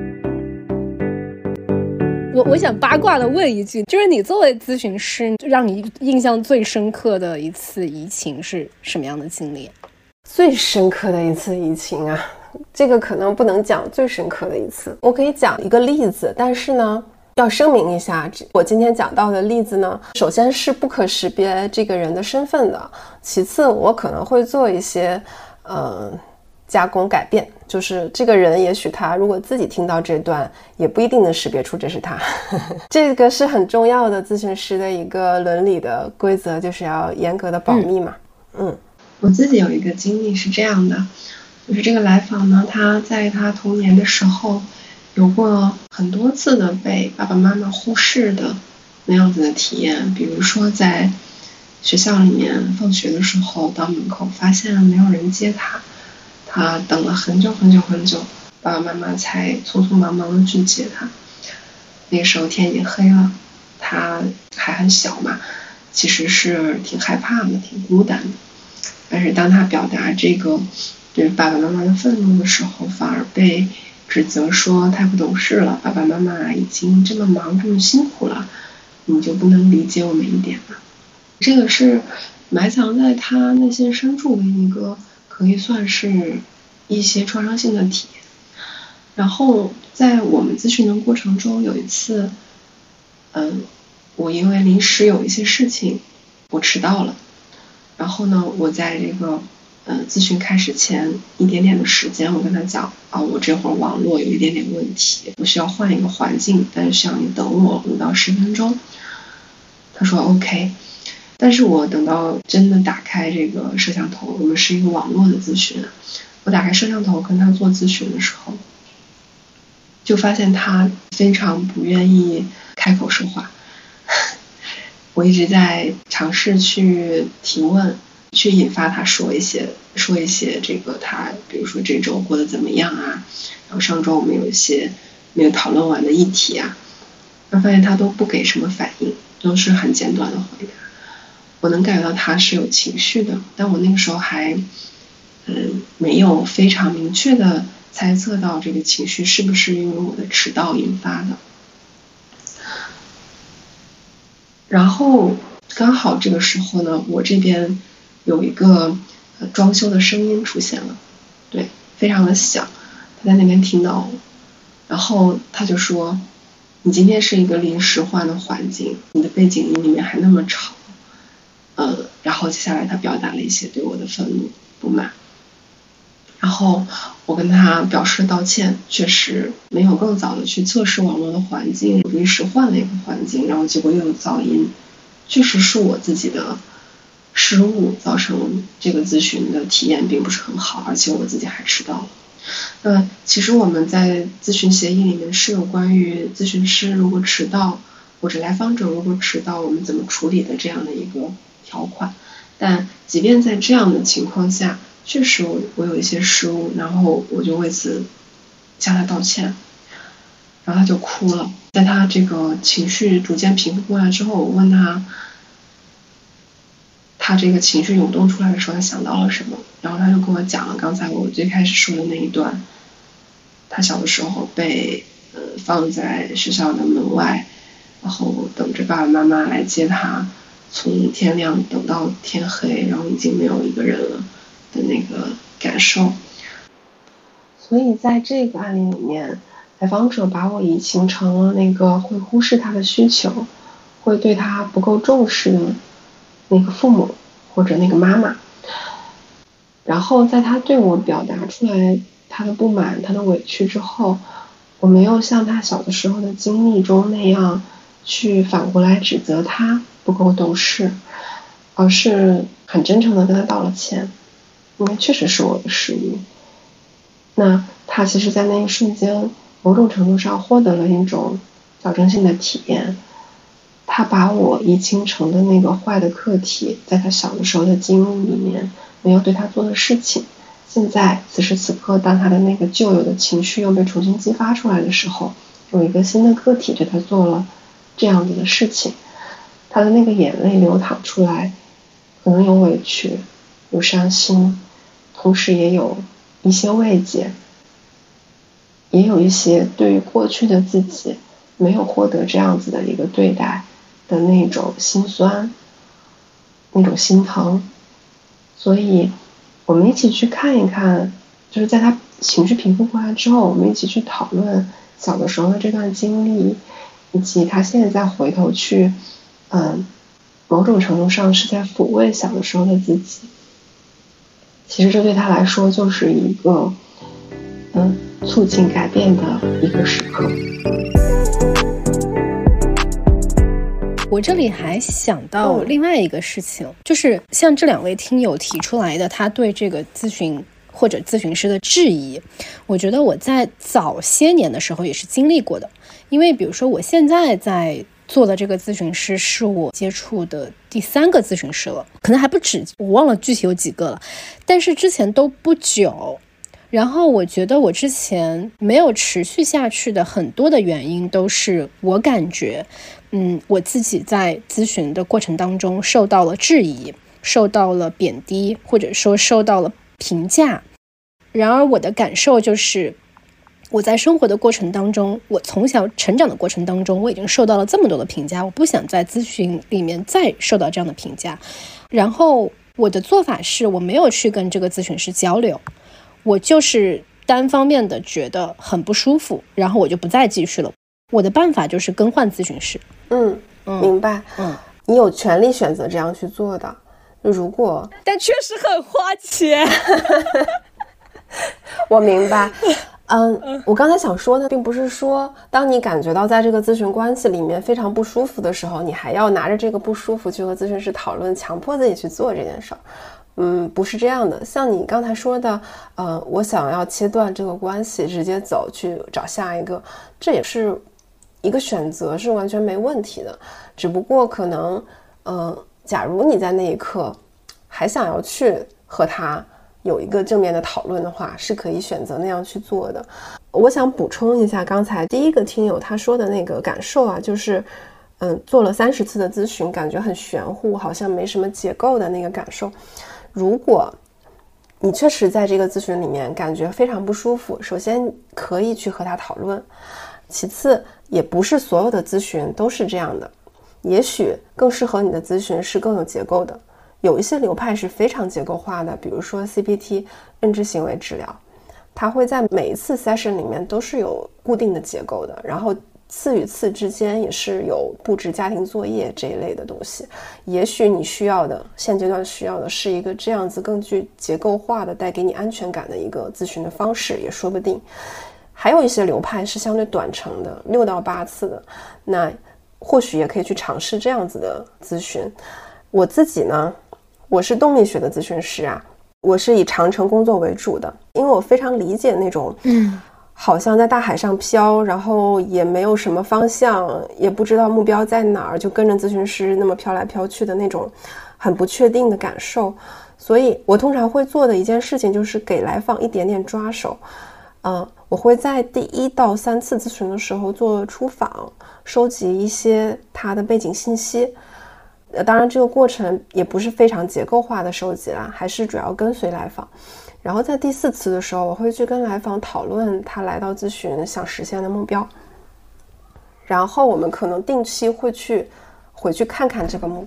Speaker 1: 我我想八卦的问一句，就是你作为咨询师，让你印象最深刻的一次移情是什么样的经历？
Speaker 2: 最深刻的一次移情啊，这个可能不能讲最深刻的一次，我可以讲一个例子，但是呢要声明一下，我今天讲到的例子呢，首先是不可识别这个人的身份的，其次我可能会做一些呃加工改变，就是这个人也许他如果自己听到这段也不一定能识别出这是他这个是很重要的，咨询师的一个伦理的规则，就是要严格的保密嘛。嗯, 嗯
Speaker 3: 我自己有一个经历是这样的，就是这个来访呢，他在他童年的时候有过很多次的被爸爸妈妈忽视的那样子的体验，比如说在学校里面放学的时候到门口发现没有人接他，他等了很久很久很久，爸爸妈妈才匆匆忙忙的去接他。那个时候天已经黑了，他还很小嘛，其实是挺害怕的，挺孤单的。但是当他表达这个对爸爸妈妈的愤怒的时候，反而被指责说太不懂事了，爸爸妈妈已经这么忙这么辛苦了，你就不能理解我们一点吗？这个是埋藏在他内心深处的一个可以算是一些创伤性的体验。然后在我们咨询的过程中，有一次嗯，我因为临时有一些事情我迟到了，然后呢我在这个呃，咨询开始前一点点的时间，我跟他讲啊，我这会儿网络有一点点问题，我需要换一个环境，但是需要你等我五到十分钟。他说 OK， 但是我等到真的打开这个摄像头，我们是一个网络的咨询，我打开摄像头跟他做咨询的时候，就发现他非常不愿意开口说话。我一直在尝试去提问，去引发他说一些说一些这个他比如说这周过得怎么样啊，然后上周我们有一些没有讨论完的议题啊，我发现他都不给什么反应，都是很简短的回答。我能感觉到他是有情绪的，但我那个时候还嗯没有非常明确的猜测到这个情绪是不是因为我的迟到引发的。然后刚好这个时候呢，我这边有一个、呃、装修的声音出现了，对，非常的响，他在那边听到我，然后他就说，你今天是一个临时换的环境，你的背景音里面还那么吵，呃，然后接下来他表达了一些对我的愤怒不满，然后我跟他表示道歉，确实没有更早的去测试网络的环境，临时换了一个环境，然后结果又有噪音，确实是我自己的失误，造成这个咨询的体验并不是很好，而且我自己还迟到了。那其实我们在咨询协议里面是有关于咨询师如果迟到或者来访者如果迟到我们怎么处理的这样的一个条款，但即便在这样的情况下，确实我我有一些失误，然后我就为此向他道歉，然后他就哭了。在他这个情绪逐渐平复过来之后，我问他他这个情绪涌动出来的时候他想到了什么，然后他就跟我讲了刚才我最开始说的那一段，他小的时候被呃放在学校的门外，然后等着爸爸妈妈来接他， 从天亮等到天黑，然后已经没有一个人了的那个感受。所以在这个案例里面，来访者把我移情成了那个会忽视他的需求，会对他不够重视的那个父母或者那个妈妈。然后在他对我表达出来他的不满他的委屈之后，我没有像他小的时候的经历中那样去反过来指责他不够懂事，而是很真诚地跟他道了歉，因为确实是我的失误。那他其实在那一瞬间某种程度上获得了一种矫正性的体验，他把我移情成的那个坏的课题，在他小的时候的经历里面没有对他做的事情，现在此时此刻当他的那个旧有的情绪又被重新激发出来的时候，有一个新的个体对他做了这样子的事情，他的那个眼泪流淌出来，可能有委屈，有伤心，同时也有一些慰藉，也有一些对于过去的自己没有获得这样子的一个对待的那种心酸，那种心疼。所以我们一起去看一看，就是在他情绪平复过来之后，我们一起去讨论小的时候的这段经历，以及他现在再回头去嗯，某种程度上是在抚慰小的时候的自己。其实这对他来说就是一个嗯，促进改变的一个时刻。
Speaker 1: 我这里还想到另外一个事情，嗯、就是像这两位听友提出来的他对这个咨询或者咨询师的质疑，我觉得我在早些年的时候也是经历过的。因为比如说我现在在做的这个咨询师是我接触的第三个咨询师了，可能还不止，我忘了具体有几个了，但是之前都不久。然后我觉得我之前没有持续下去的很多的原因都是我感觉嗯，我自己在咨询的过程当中受到了质疑，受到了贬低，或者说受到了评价。然而我的感受就是我在生活的过程当中，我从小成长的过程当中，我已经受到了这么多的评价，我不想在咨询里面再受到这样的评价。然后我的做法是我没有去跟这个咨询师交流，我就是单方面的觉得很不舒服，然后我就不再继续了。我的办法就是更换咨询师。
Speaker 2: 嗯，嗯明白。嗯，你有权利选择这样去做的。如果，
Speaker 1: 但确实很花钱。
Speaker 2: 我明白。嗯，我刚才想说的并不是说当你感觉到在这个咨询关系里面非常不舒服的时候，你还要拿着这个不舒服去和咨询师讨论，强迫自己去做这件事儿。嗯，不是这样的。像你刚才说的，呃，我想要切断这个关系，直接走去找下一个，这也是一个选择，是完全没问题的。只不过可能，呃，假如你在那一刻还想要去和他有一个正面的讨论的话，是可以选择那样去做的。我想补充一下刚才第一个听友他说的那个感受啊，就是嗯，做了三十次的咨询，感觉很玄乎，好像没什么结构的那个感受。如果你确实在这个咨询里面感觉非常不舒服，首先可以去和他讨论，其次也不是所有的咨询都是这样的，也许更适合你的咨询是更有结构的。有一些流派是非常结构化的，比如说 C B T 认知行为治疗，它会在每一次 session 里面都是有固定的结构的，然后次与次之间也是有布置家庭作业这一类的东西。也许你需要的现阶段需要的是一个这样子更具结构化的带给你安全感的一个咨询的方式也说不定。还有一些流派是相对短程的，六到八次的，那或许也可以去尝试这样子的咨询。我自己呢，我是动力学的咨询师啊，我是以长程工作为主的，因为我非常理解那种嗯好像在大海上飘，然后也没有什么方向，也不知道目标在哪儿，就跟着咨询师那么飘来飘去的那种很不确定的感受。所以我通常会做的一件事情就是给来访一点点抓手。嗯，我会在第一到三次咨询的时候做出访，收集一些他的背景信息。呃，当然这个过程也不是非常结构化的收集啦，还是主要跟随来访。然后在第四次的时候，我会去跟来访讨论他来到咨询想实现的目标，然后我们可能定期会去回去看看这个目标，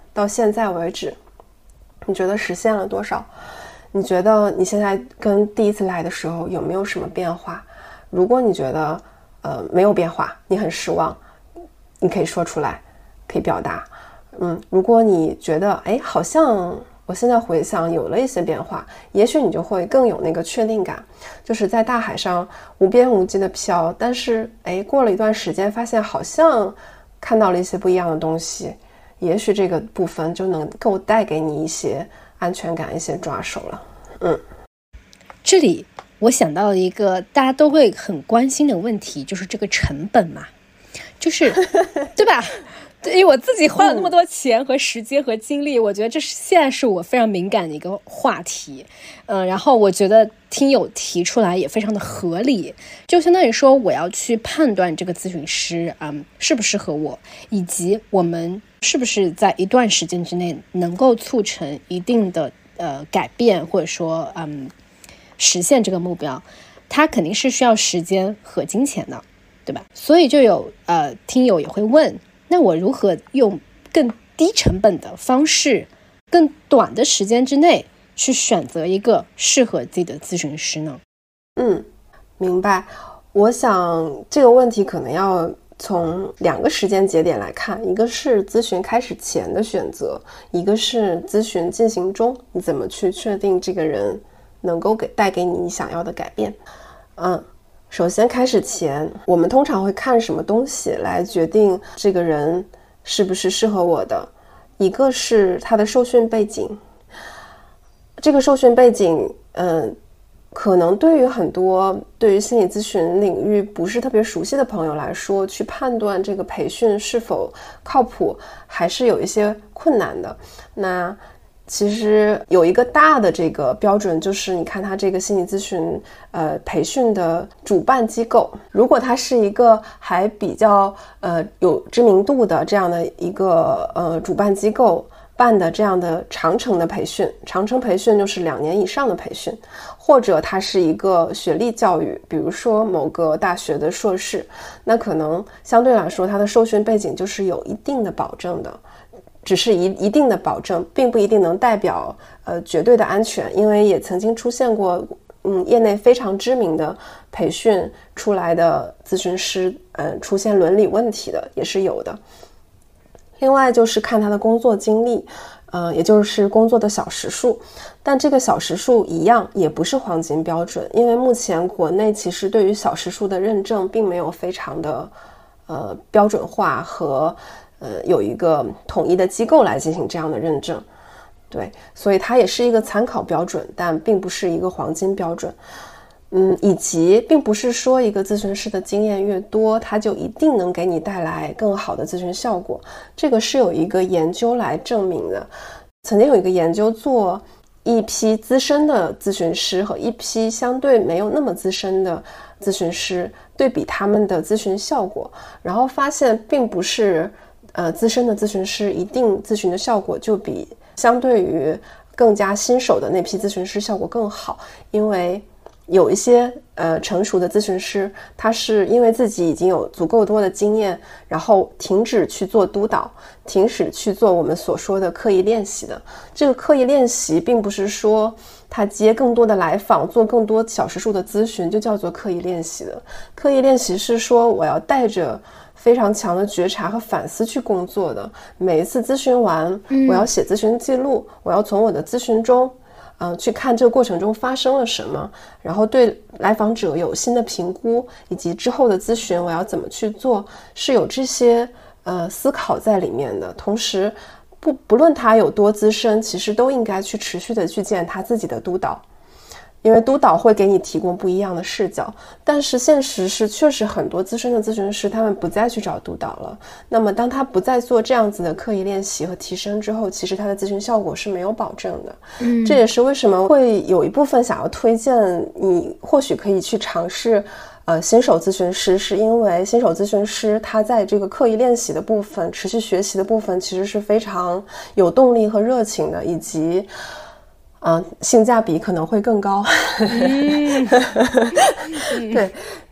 Speaker 2: 到现在为止，你觉得实现了多少？你觉得你现在跟第一次来的时候有没有什么变化？如果你觉得呃没有变化，你很失望，你可以说出来，可以表达。嗯，如果你觉得哎好像我现在回想有了一些变化，也许你就会更有那个确定感，就是在大海上无边无际的飘，但是哎过了一段时间发现好像看到了一些不一样的东西，也许这个部分就能够带给你一些安全感，一些抓手了。嗯，
Speaker 1: 这里我想到了一个大家都会很关心的问题，就是这个成本嘛，就是对吧？对，因为我自己花了那么多钱和时间和精力，嗯、我觉得这是现在是我非常敏感的一个话题。嗯，然后我觉得听友提出来也非常的合理，就相当于说我要去判断这个咨询师嗯适不适合我，以及我们是不是在一段时间之内能够促成一定的呃改变，或者说嗯实现这个目标，它肯定是需要时间和金钱的，对吧？所以就有呃听友也会问，那我如何用更低成本的方式，更短的时间之内去选择一个适合自己的咨询师呢？
Speaker 2: 嗯，明白。我想这个问题可能要从两个时间节点来看，一个是咨询开始前的选择，一个是咨询进行中，你怎么去确定这个人能够给带给你你想要的改变。嗯，首先开始前，我们通常会看什么东西来决定这个人是不是适合我的。一个是他的受训背景，这个受训背景嗯，可能对于很多对于心理咨询领域不是特别熟悉的朋友来说，去判断这个培训是否靠谱还是有一些困难的。那其实有一个大的这个标准，就是你看他这个心理咨询呃培训的主办机构，如果它是一个还比较呃有知名度的这样的一个呃主办机构办的这样的长程的培训，长程培训就是两年以上的培训，或者它是一个学历教育，比如说某个大学的硕士，那可能相对来说它的受训背景就是有一定的保证的，只是一一定的保证，并不一定能代表呃绝对的安全，因为也曾经出现过嗯业内非常知名的培训出来的咨询师嗯、呃、出现伦理问题的也是有的。另外就是看他的工作经历，呃，也就是工作的小时数，但这个小时数一样也不是黄金标准，因为目前国内其实对于小时数的认证并没有非常的呃标准化和呃有一个统一的机构来进行这样的认证，对，所以它也是一个参考标准，但并不是一个黄金标准。嗯，以及并不是说一个咨询师的经验越多，他就一定能给你带来更好的咨询效果，这个是有一个研究来证明的。曾经有一个研究做一批资深的咨询师和一批相对没有那么资深的咨询师，对比他们的咨询效果，然后发现并不是呃资深的咨询师一定咨询的效果就比相对于更加新手的那批咨询师效果更好，因为有一些呃成熟的咨询师，他是因为自己已经有足够多的经验，然后停止去做督导，停止去做我们所说的刻意练习的。这个刻意练习并不是说他接更多的来访，做更多小时数的咨询就叫做刻意练习的。刻意练习是说我要带着非常强的觉察和反思去工作的。每一次咨询完，我要写咨询记录，我要从我的咨询中呃，去看这个过程中发生了什么，然后对来访者有新的评估，以及之后的咨询我要怎么去做，是有这些呃思考在里面的。同时不不论他有多资深，其实都应该去持续的去见他自己的督导，因为督导会给你提供不一样的视角。但是现实是确实很多资深的咨询师他们不再去找督导了，那么当他不再做这样子的刻意练习和提升之后，其实他的咨询效果是没有保证的。嗯，这也是为什么会有一部分想要推荐你或许可以去尝试呃新手咨询师，是因为新手咨询师他在这个刻意练习的部分，持续学习的部分其实是非常有动力和热情的，以及嗯，性价比可能会更高。嗯、对，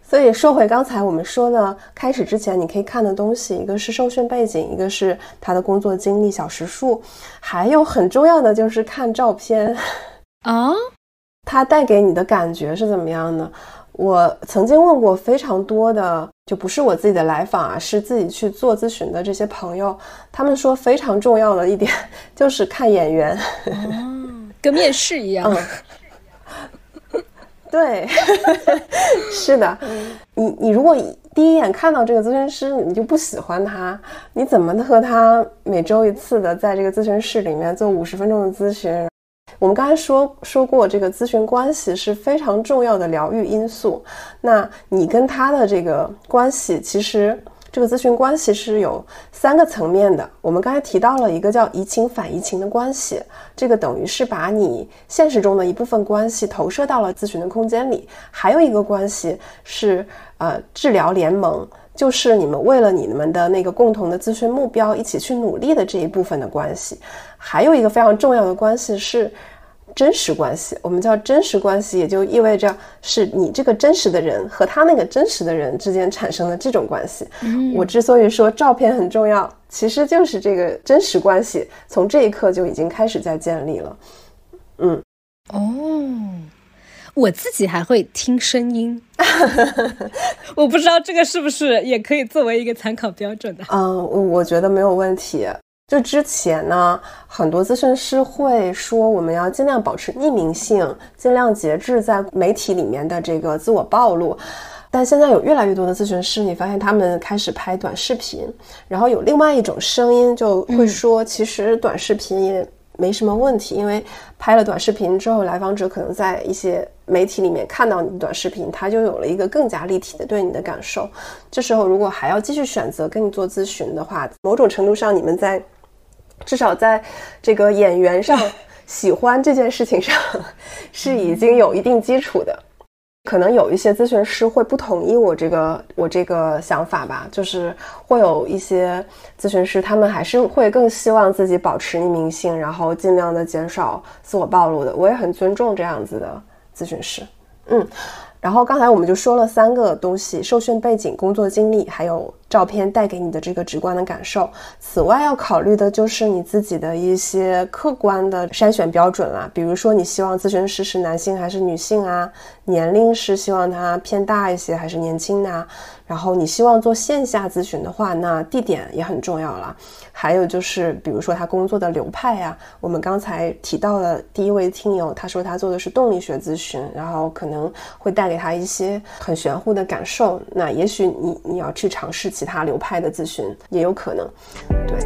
Speaker 2: 所以说回刚才我们说的，开始之前你可以看的东西，一个是受训背景，一个是他的工作经历小时数，还有很重要的就是看照片
Speaker 1: 啊，
Speaker 2: 他带给你的感觉是怎么样的。我曾经问过非常多的，就不是我自己的来访啊，是自己去做咨询的这些朋友，他们说非常重要的一点就是看眼缘、
Speaker 1: 哦、跟面试一样、
Speaker 2: 嗯、对是的，你你如果第一眼看到这个咨询师你就不喜欢他，你怎么和他每周一次的在这个咨询室里面做五十分钟的咨询。我们刚才说说过，这个咨询关系是非常重要的疗愈因素。那你跟他的这个关系，其实这个咨询关系是有三个层面的。我们刚才提到了一个叫移情反移情的关系，这个等于是把你现实中的一部分关系投射到了咨询的空间里。还有一个关系是呃治疗联盟，就是你们为了你们的那个共同的咨询目标一起去努力的这一部分的关系。还有一个非常重要的关系是真实关系，我们叫真实关系，也就意味着是你这个真实的人和他那个真实的人之间产生的这种关系、嗯、我之所以说照片很重要，其实就是这个真实关系从这一刻就已经开始在建立了。嗯，
Speaker 1: 哦，我自己还会听声音我不知道这个是不是也可以作为一个参考标准的。
Speaker 2: 嗯，我觉得没有问题。就之前呢，很多咨询师会说我们要尽量保持匿名性，尽量节制在媒体里面的这个自我暴露。但现在有越来越多的咨询师，你发现他们开始拍短视频，然后有另外一种声音就会说、嗯、其实短视频也没什么问题，因为拍了短视频之后，来访者可能在一些媒体里面看到你的短视频，他就有了一个更加立体的对你的感受。这时候如果还要继续选择跟你做咨询的话，某种程度上你们在至少在这个演员上喜欢这件事情上是已经有一定基础的。可能有一些咨询师会不同意我这个我这个想法吧，就是会有一些咨询师他们还是会更希望自己保持匿名性，然后尽量的减少自我暴露的。我也很尊重这样子的咨询师。嗯，然后刚才我们就说了三个东西：受训背景、工作经历，还有照片带给你的这个直观的感受。此外要考虑的就是你自己的一些客观的筛选标准啦，比如说你希望咨询师是男性还是女性啊，年龄是希望他偏大一些还是年轻的啊，然后你希望做线下咨询的话，那地点也很重要啦。还有就是比如说他工作的流派啊，我们刚才提到了第一位听友，他说他做的是动力学咨询，然后可能会带给他一些很玄乎的感受，那也许你你要去尝试其他流派的咨询也有可能。对，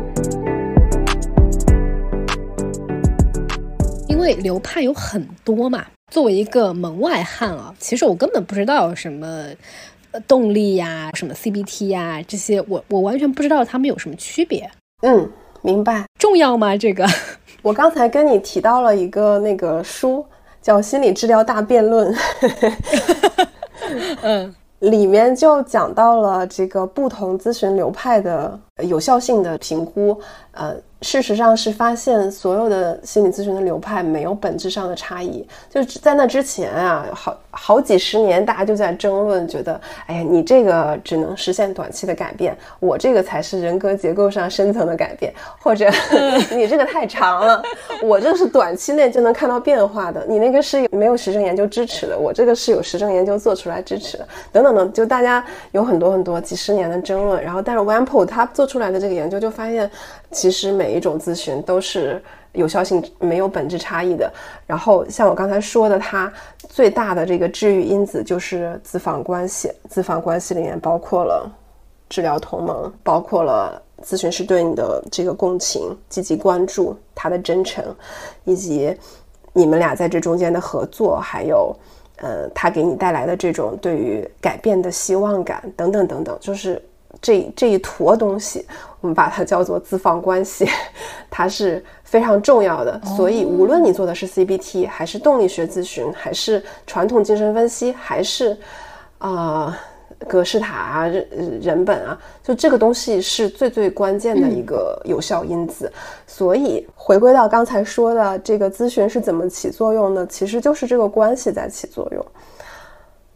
Speaker 1: 因为流派有很多嘛，作为一个门外汉啊，其实我根本不知道什么动力呀、什么 C B T 呀，这些我我完全不知道他们有什么区别。
Speaker 2: 嗯，明白。
Speaker 1: 重要吗？这个
Speaker 2: 我刚才跟你提到了一个那个书叫《心理治疗大辩论》
Speaker 1: 嗯，
Speaker 2: 里面就讲到了这个不同咨询流派的有效性的评估。呃，事实上是发现所有的心理咨询的流派没有本质上的差异。就在那之前啊，好好几十年大家就在争论，觉得哎呀，你这个只能实现短期的改变，我这个才是人格结构上深层的改变，或者你这个太长了，我这个是短期内就能看到变化的，你那个是没有实证研究支持的，我这个是有实证研究做出来支持的，等等等，就大家有很多很多几十年的争论。然后但是 Wampo 他做出来的这个研究就发现，其实每一种咨询都是有效性没有本质差异的。然后像我刚才说的，它最大的这个治愈因子就是咨访关系，咨访关系里面包括了治疗同盟，包括了咨询师对你的这个共情、积极关注、他的真诚，以及你们俩在这中间的合作，还有呃，他给你带来的这种对于改变的希望感等等等等，就是这这一坨东西，我们把它叫做咨访关系，它是非常重要的。所以无论你做的是 C B T 还是动力学咨询，还是传统精神分析，还是呃格式塔啊、人本啊，就这个东西是最最关键的一个有效因子。嗯、所以回归到刚才说的这个咨询是怎么起作用的，其实就是这个关系在起作用。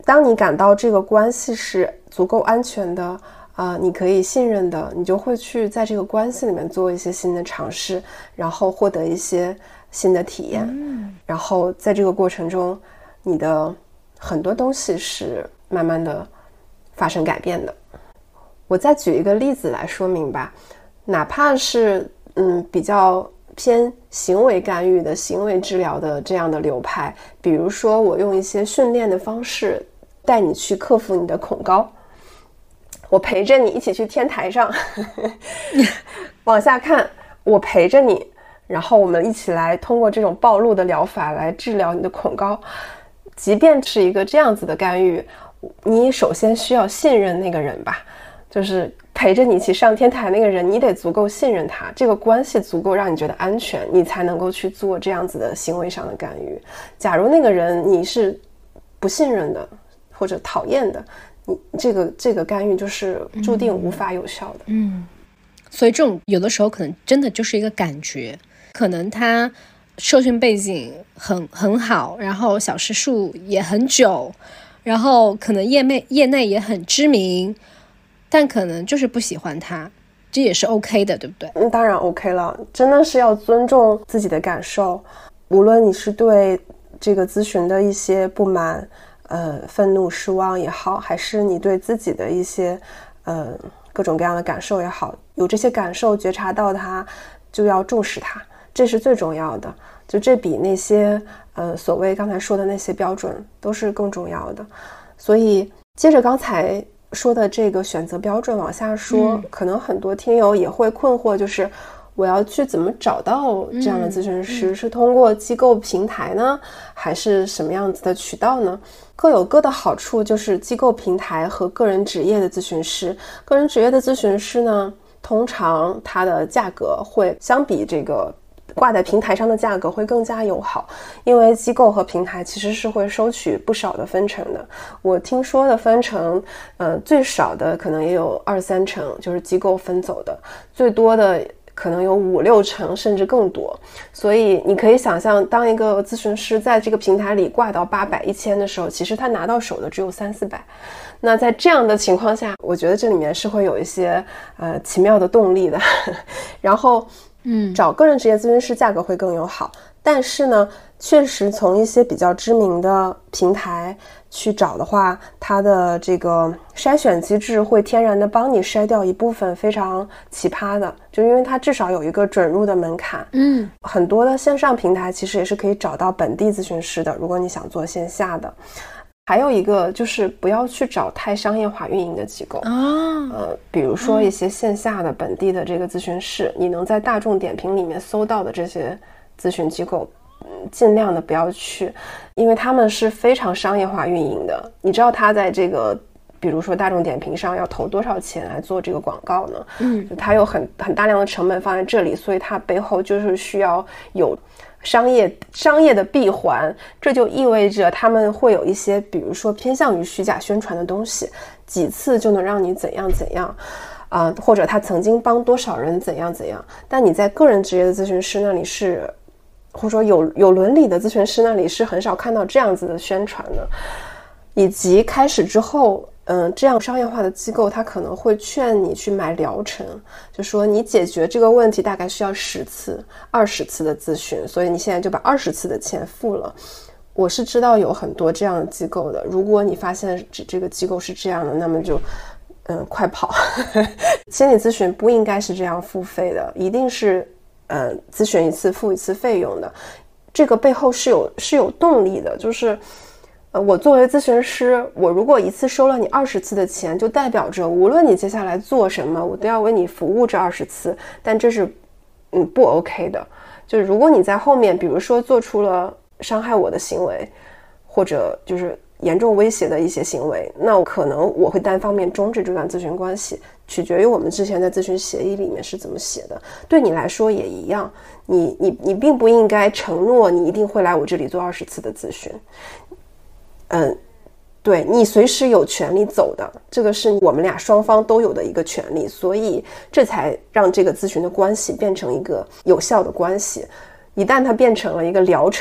Speaker 2: 当你感到这个关系是足够安全的，呃，你可以信任的，你就会去在这个关系里面做一些新的尝试，然后获得一些新的体验。嗯，然后在这个过程中，你的很多东西是慢慢的发生改变的。我再举一个例子来说明吧，哪怕是嗯比较偏行为干预的行为治疗的这样的流派，比如说我用一些训练的方式带你去克服你的恐高，我陪着你一起去天台上往下看，我陪着你，然后我们一起来通过这种暴露的疗法来治疗你的恐高。即便是一个这样子的干预，你首先需要信任那个人吧，就是陪着你一起上天台那个人，你得足够信任他，这个关系足够让你觉得安全，你才能够去做这样子的行为上的干预。假如那个人你是不信任的或者讨厌的，你这个这个干预就是注定无法有效的。
Speaker 1: 嗯，嗯，所以这种有的时候可能真的就是一个感觉，可能他受训背景很很好，然后小时数也很久，然后可能业内业内也很知名，但可能就是不喜欢他，这也是 OK 的，对不对？
Speaker 2: 嗯，当然 OK 了，真的是要尊重自己的感受，无论你是对这个咨询的一些不满、呃愤怒、失望也好，还是你对自己的一些呃各种各样的感受也好，有这些感受觉察到它，就要重视它，这是最重要的。就这比那些呃所谓刚才说的那些标准都是更重要的。所以接着刚才说的这个选择标准往下说、嗯、可能很多听友也会困惑，就是我要去怎么找到这样的咨询师、嗯嗯、是通过机构平台呢，还是什么样子的渠道呢？各有各的好处，就是机构平台和个人职业的咨询师。个人职业的咨询师呢，通常它的价格会相比这个挂在平台上的价格会更加友好，因为机构和平台其实是会收取不少的分成的。我听说的分成呃，最少的可能也有二三成，就是机构分走的，最多的可能有五六成甚至更多。所以你可以想象，当一个咨询师在这个平台里挂到八百一千的时候，其实他拿到手的只有三四百。那在这样的情况下，我觉得这里面是会有一些呃奇妙的动力的然后嗯，找个人职业咨询师价格会更友好，但是呢，确实从一些比较知名的平台去找的话，它的这个筛选机制会天然的帮你筛掉一部分非常奇葩的，就因为它至少有一个准入的门槛。嗯，很多的线上平台其实也是可以找到本地咨询师的，如果你想做线下的。还有一个就是不要去找太商业化运营的机构、哦、呃，比如说一些线下的本地的这个咨询室、嗯、你能在大众点评里面搜到的这些咨询机构、嗯、尽量的不要去，因为他们是非常商业化运营的。你知道他在这个比如说大众点评上要投多少钱来做这个广告呢？嗯，他有很很大量的成本放在这里，所以他背后就是需要有商业商业的闭环，这就意味着他们会有一些比如说偏向于虚假宣传的东西，几次就能让你怎样怎样啊、呃，或者他曾经帮多少人怎样怎样。但你在个人职业的咨询师那里是，或者说有有伦理的咨询师那里是很少看到这样子的宣传的。以及开始之后嗯，这样商业化的机构他可能会劝你去买疗程，就说你解决这个问题大概需要十次二十次的咨询，所以你现在就把二十次的钱付了。我是知道有很多这样的机构的，如果你发现这这个机构是这样的，那么就嗯快跑心理咨询不应该是这样付费的，一定是呃咨询一次付一次费用的。这个背后是有是有动力的，就是呃，我作为咨询师，我如果一次收了你二十次的钱，就代表着无论你接下来做什么，我都要为你服务这二十次，但这是嗯不 OK 的。就是如果你在后面比如说做出了伤害我的行为，或者就是严重威胁的一些行为，那可能我会单方面终止这段咨询关系，取决于我们之前在咨询协议里面是怎么写的。对你来说也一样，你你你并不应该承诺你一定会来我这里做二十次的咨询。嗯，对，你随时有权利走的，这个是我们俩双方都有的一个权利，所以这才让这个咨询的关系变成一个有效的关系。一旦它变成了一个疗程，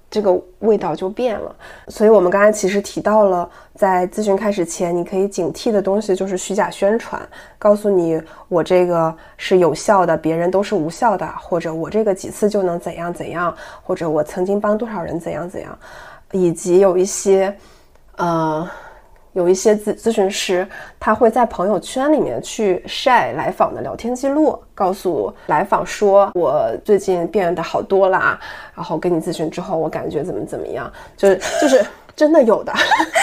Speaker 2: 这个味道就变了。所以我们刚才其实提到了，在咨询开始前你可以警惕的东西就是虚假宣传，告诉你我这个是有效的，别人都是无效的，或者我这个几次就能怎样怎样，或者我曾经帮多少人怎样怎样，以及有一些呃有一些咨咨询师他会在朋友圈里面去晒来访的聊天记录，告诉来访说我最近变得好多啦，然后跟你咨询之后我感觉怎么怎么样，就是就是真的有的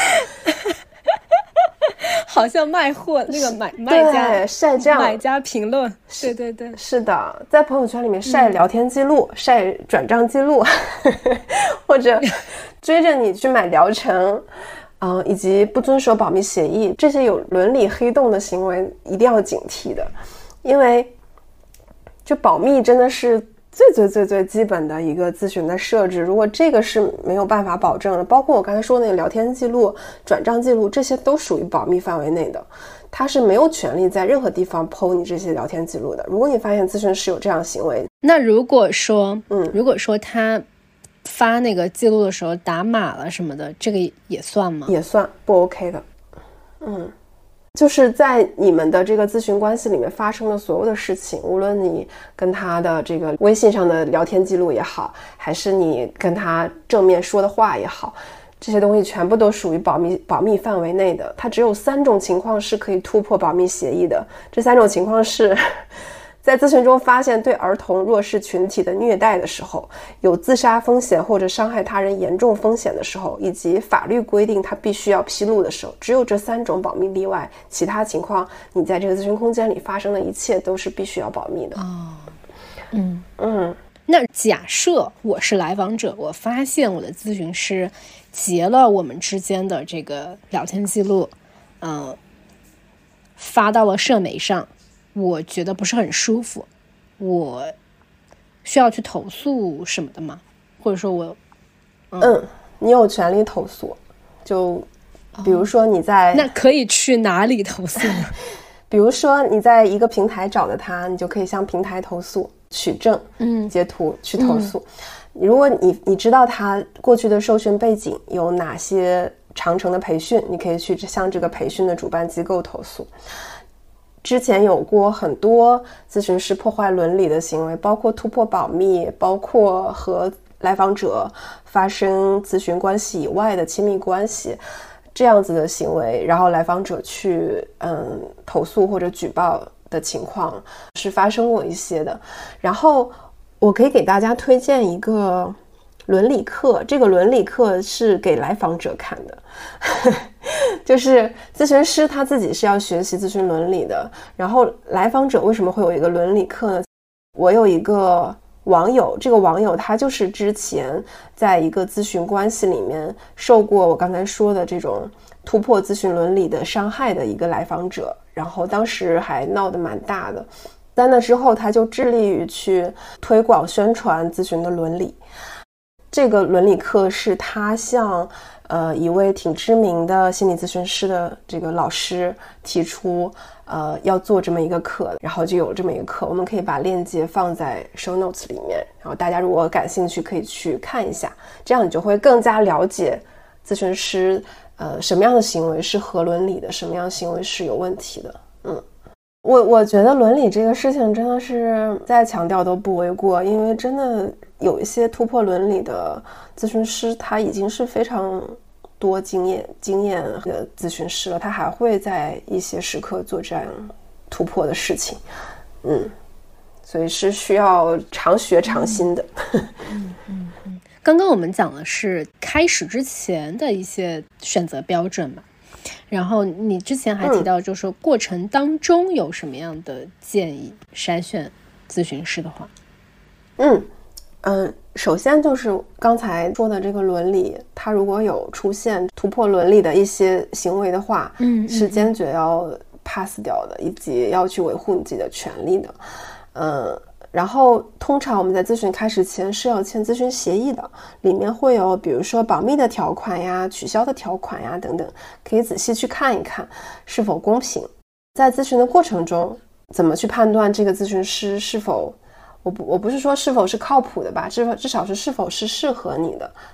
Speaker 1: 好像卖货那个买卖家
Speaker 2: 晒这样
Speaker 1: 买家评论，对对对，
Speaker 2: 是的，在朋友圈里面晒聊天记录、嗯、晒转账记录或者追着你去买疗程嗯，以及不遵守保密协议，这些有伦理黑洞的行为一定要警惕的。因为就保密真的是最最最最基本的一个咨询的设置，如果这个是没有办法保证的，包括我刚才说那个聊天记录、转账记录，这些都属于保密范围内的，他是没有权利在任何地方 po 你这些聊天记录的。如果你发现咨询师有这样的行为，
Speaker 1: 那如果说
Speaker 2: 嗯，
Speaker 1: 如果说他发那个记录的时候打码了什么的，这个也算吗？
Speaker 2: 也算，不 OK 的。嗯，就是在你们的这个咨询关系里面发生的所有的事情，无论你跟他的这个微信上的聊天记录也好，还是你跟他正面说的话也好，这些东西全部都属于保密保密范围内的。它只有三种情况是可以突破保密协议的，这三种情况是在咨询中发现对儿童弱势群体的虐待的时候，有自杀风险或者伤害他人严重风险的时候，以及法律规定他必须要披露的时候，只有这三种保密例外，其他情况你在这个咨询空间里发生的一切都是必须要保密的。
Speaker 1: 哦，嗯
Speaker 2: 嗯，
Speaker 1: 那假设我是来访者，我发现我的咨询师截了我们之间的这个聊天记录，嗯、呃，发到了社媒上，我觉得不是很舒服，我需要去投诉什么的吗？或者说我
Speaker 2: 嗯, 嗯你有权利投诉，就比如说你在、
Speaker 1: 哦、那可以去哪里投诉呢？
Speaker 2: 比如说你在一个平台找的他，你就可以向平台投诉，取证，
Speaker 1: 嗯，
Speaker 2: 截图去投诉、嗯、如果你你知道他过去的受训背景有哪些长程的培训，你可以去向这个培训的主办机构投诉。之前有过很多咨询师破坏伦理的行为，包括突破保密，包括和来访者发生咨询关系以外的亲密关系，这样子的行为，然后来访者去嗯投诉或者举报的情况是发生过一些的。然后我可以给大家推荐一个伦理课，这个伦理课是给来访者看的就是咨询师他自己是要学习咨询伦理的，然后来访者为什么会有一个伦理课呢？我有一个网友，这个网友他就是之前在一个咨询关系里面受过我刚才说的这种突破咨询伦理的伤害的一个来访者，然后当时还闹得蛮大的。在那之后他就致力于去推广宣传咨询的伦理。这个伦理课是他向呃一位挺知名的心理咨询师的这个老师提出呃要做这么一个课，然后就有这么一个课，我们可以把链接放在 show notes 里面，然后大家如果感兴趣可以去看一下，这样你就会更加了解咨询师呃什么样的行为是合伦理的，什么样的行为是有问题的。嗯，我我觉得伦理这个事情真的是再强调都不为过，因为真的有一些突破伦理的咨询师他已经是非常多经验经验的咨询师了，他还会在一些时刻做这样突破的事情。嗯，所以是需要常学常新的。
Speaker 1: 嗯嗯嗯。刚刚我们讲的是开始之前的一些选择标准嘛，然后你之前还提到就是说过程当中有什么样的建议筛选咨询师的话？
Speaker 2: 嗯嗯，首先就是刚才说的这个伦理，它如果有出现突破伦理的一些行为的话，
Speaker 1: 嗯，
Speaker 2: 是坚决要 pass 掉的，以及要去维护你自己的权利的。嗯，然后通常我们在咨询开始前是要签咨询协议的，里面会有比如说保密的条款呀、取消的条款呀等等，可以仔细去看一看是否公平。在咨询的过程中，怎么去判断这个咨询师是否我不我不是说是否是靠谱的吧，至至少是是否是适合你的。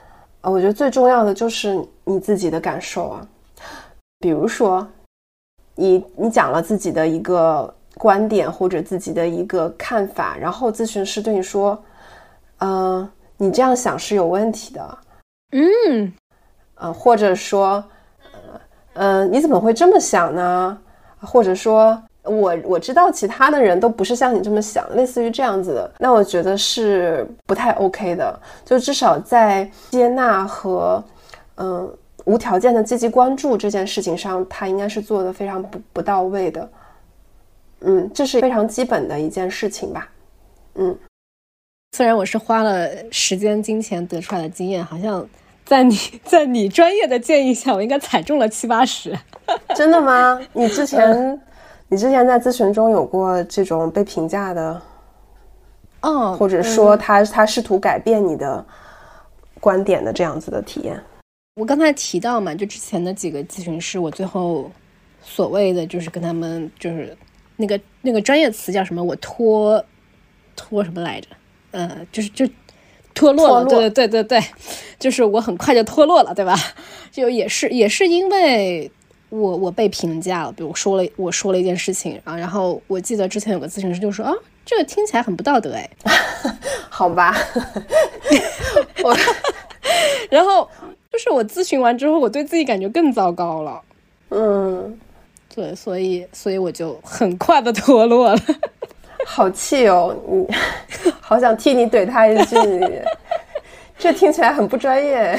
Speaker 2: 呃，我觉得最重要的就是你自己的感受啊。比如说你你讲了自己的一个观点或者自己的一个看法，然后咨询师对你说呃，你这样想是有问题的，
Speaker 1: 嗯，
Speaker 2: 呃，或者说呃呃，你怎么会这么想呢？或者说我我知道其他的人都不是像你这么想，类似于这样子的，那我觉得是不太 OK 的。就至少在接纳和嗯、呃、无条件的积极关注这件事情上，他应该是做的非常不不到位的。嗯，这是非常基本的一件事情吧。嗯，
Speaker 1: 虽然我是花了时间金钱得出来的经验，好像在你在你专业的建议下，我应该踩中了七八十。
Speaker 2: 真的吗？你之前、嗯、你之前在咨询中有过这种被评价的，
Speaker 1: 哦，
Speaker 2: 或者说他、嗯、他试图改变你的观点的这样子的体验？
Speaker 1: 我刚才提到嘛，就之前的几个咨询师，我最后所谓的就是跟他们就是那个那个专业词叫什么？我脱脱什么来着？呃，就是就脱落了，
Speaker 2: 脱落
Speaker 1: 对对对对对，就是我很快就脱落了，对吧？就也是也是因为我我被评价了，比如说了我说了一件事情啊，然后我记得之前有个咨询师就说啊，这个听起来很不道德哎，
Speaker 2: 好吧，我
Speaker 1: 然后就是我咨询完之后，我对自己感觉更糟糕了，
Speaker 2: 嗯，
Speaker 1: 对，所以所以我就很快的脱落了。
Speaker 2: 好气哦，你好想替你怼他一句，这听起来很不专业。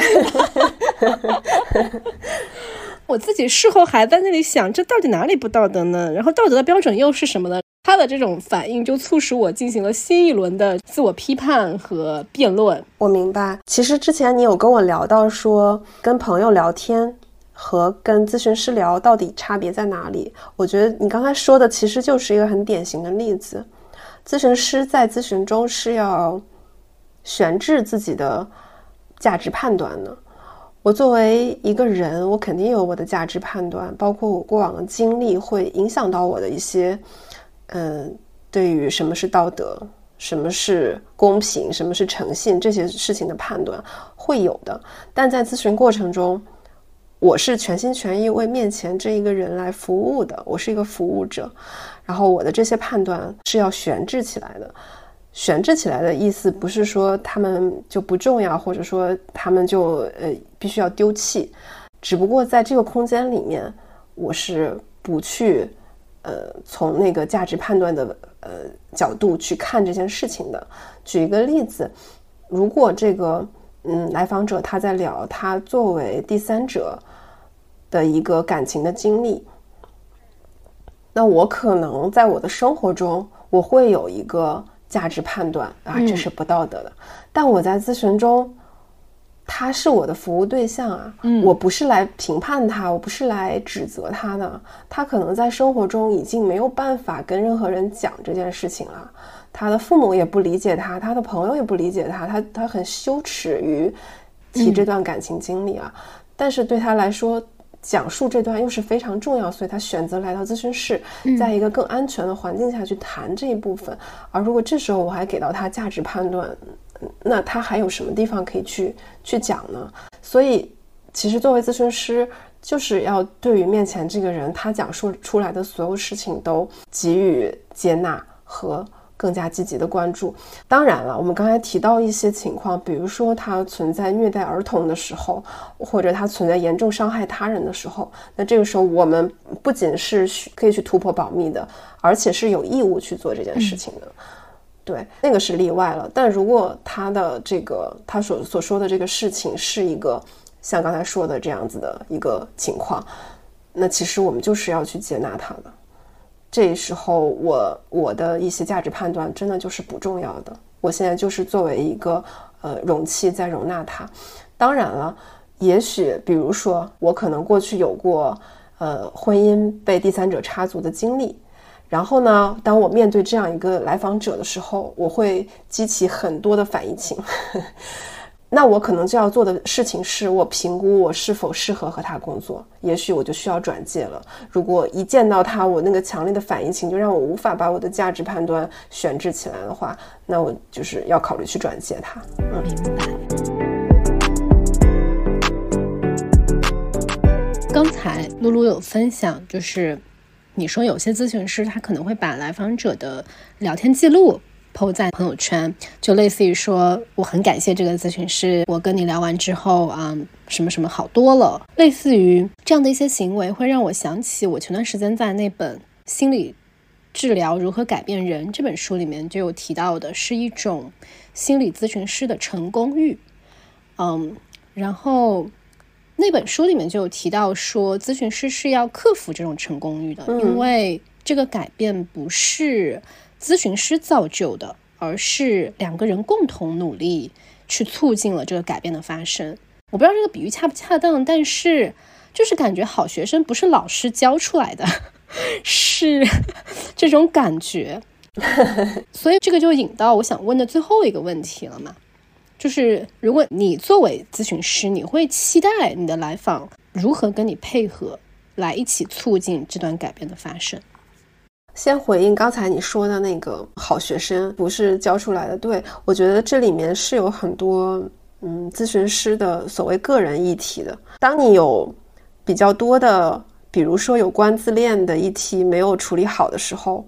Speaker 1: 我自己事后还在那里想，这到底哪里不道德呢？然后道德的标准又是什么呢？他的这种反应就促使我进行了新一轮的自我批判和辩论。
Speaker 2: 我明白，其实之前你有跟我聊到说，跟朋友聊天和跟咨询师聊到底差别在哪里？我觉得你刚才说的其实就是一个很典型的例子。咨询师在咨询中是要悬置自己的价值判断的。我作为一个人，我肯定有我的价值判断，包括我过往的经历会影响到我的一些嗯，对于什么是道德，什么是公平，什么是诚信，这些事情的判断会有的。但在咨询过程中，我是全心全意为面前这一个人来服务的，我是一个服务者，然后我的这些判断是要悬置起来的。悬置起来的意思不是说他们就不重要，或者说他们就呃必须要丢弃，只不过在这个空间里面，我是不去呃从那个价值判断的呃角度去看这件事情的。举一个例子，如果这个嗯来访者他在聊他作为第三者的一个感情的经历，那我可能在我的生活中我会有一个价值判断啊，这是不道德的、嗯、但我在咨询中他是我的服务对象啊、嗯，我不是来评判他，我不是来指责他的，他可能在生活中已经没有办法跟任何人讲这件事情了，他的父母也不理解他，他的朋友也不理解他，他他很羞耻于提这段感情经历啊、嗯、但是对他来说讲述这段又是非常重要，所以他选择来到咨询室，在一个更安全的环境下去谈这一部分、嗯、而如果这时候我还给到他价值判断，那他还有什么地方可以去去讲呢？所以其实作为咨询师就是要对于面前这个人他讲述出来的所有事情都给予接纳和更加积极的关注。当然了，我们刚才提到一些情况，比如说他存在虐待儿童的时候，或者他存在严重伤害他人的时候，那这个时候我们不仅是可以去突破保密的，而且是有义务去做这件事情的、嗯、对，那个是例外了。但如果他的这个他所所说的这个事情是一个像刚才说的这样子的一个情况，那其实我们就是要去接纳他的。这时候我我的一些价值判断真的就是不重要的，我现在就是作为一个呃容器在容纳它。当然了，也许比如说我可能过去有过呃婚姻被第三者插足的经历，然后呢当我面对这样一个来访者的时候，我会激起很多的反应情那我可能就要做的事情是我评估我是否适合和他工作，也许我就需要转介了。如果一见到他我那个强烈的反应情就让我无法把我的价值判断悬置起来的话，那我就是要考虑去转介他。嗯，
Speaker 1: 明白。 刚才露露有分享，就是你说有些咨询师他可能会把来访者的聊天记录 po 在朋友圈，就类似于说我很感谢这个咨询师，我跟你聊完之后啊、嗯，什么什么好多了，类似于这样的一些行为会让我想起我前段时间在那本心理治疗如何改变人这本书里面就有提到的是一种心理咨询师的成功欲。嗯，然后那本书里面就有提到说咨询师是要克服这种成功欲的、嗯、因为这个改变不是咨询师造就的，而是两个人共同努力去促进了这个改变的发生。我不知道这个比喻恰不恰当，但是就是感觉好学生不是老师教出来的，是这种感觉。所以这个就引到我想问的最后一个问题了嘛，就是如果你作为咨询师，你会期待你的来访如何跟你配合，来一起促进这段改变的发生？
Speaker 2: 先回应刚才你说的那个好学生不是教出来的，对，我觉得这里面是有很多嗯咨询师的所谓个人议题的。当你有比较多的比如说有关自恋的议题没有处理好的时候，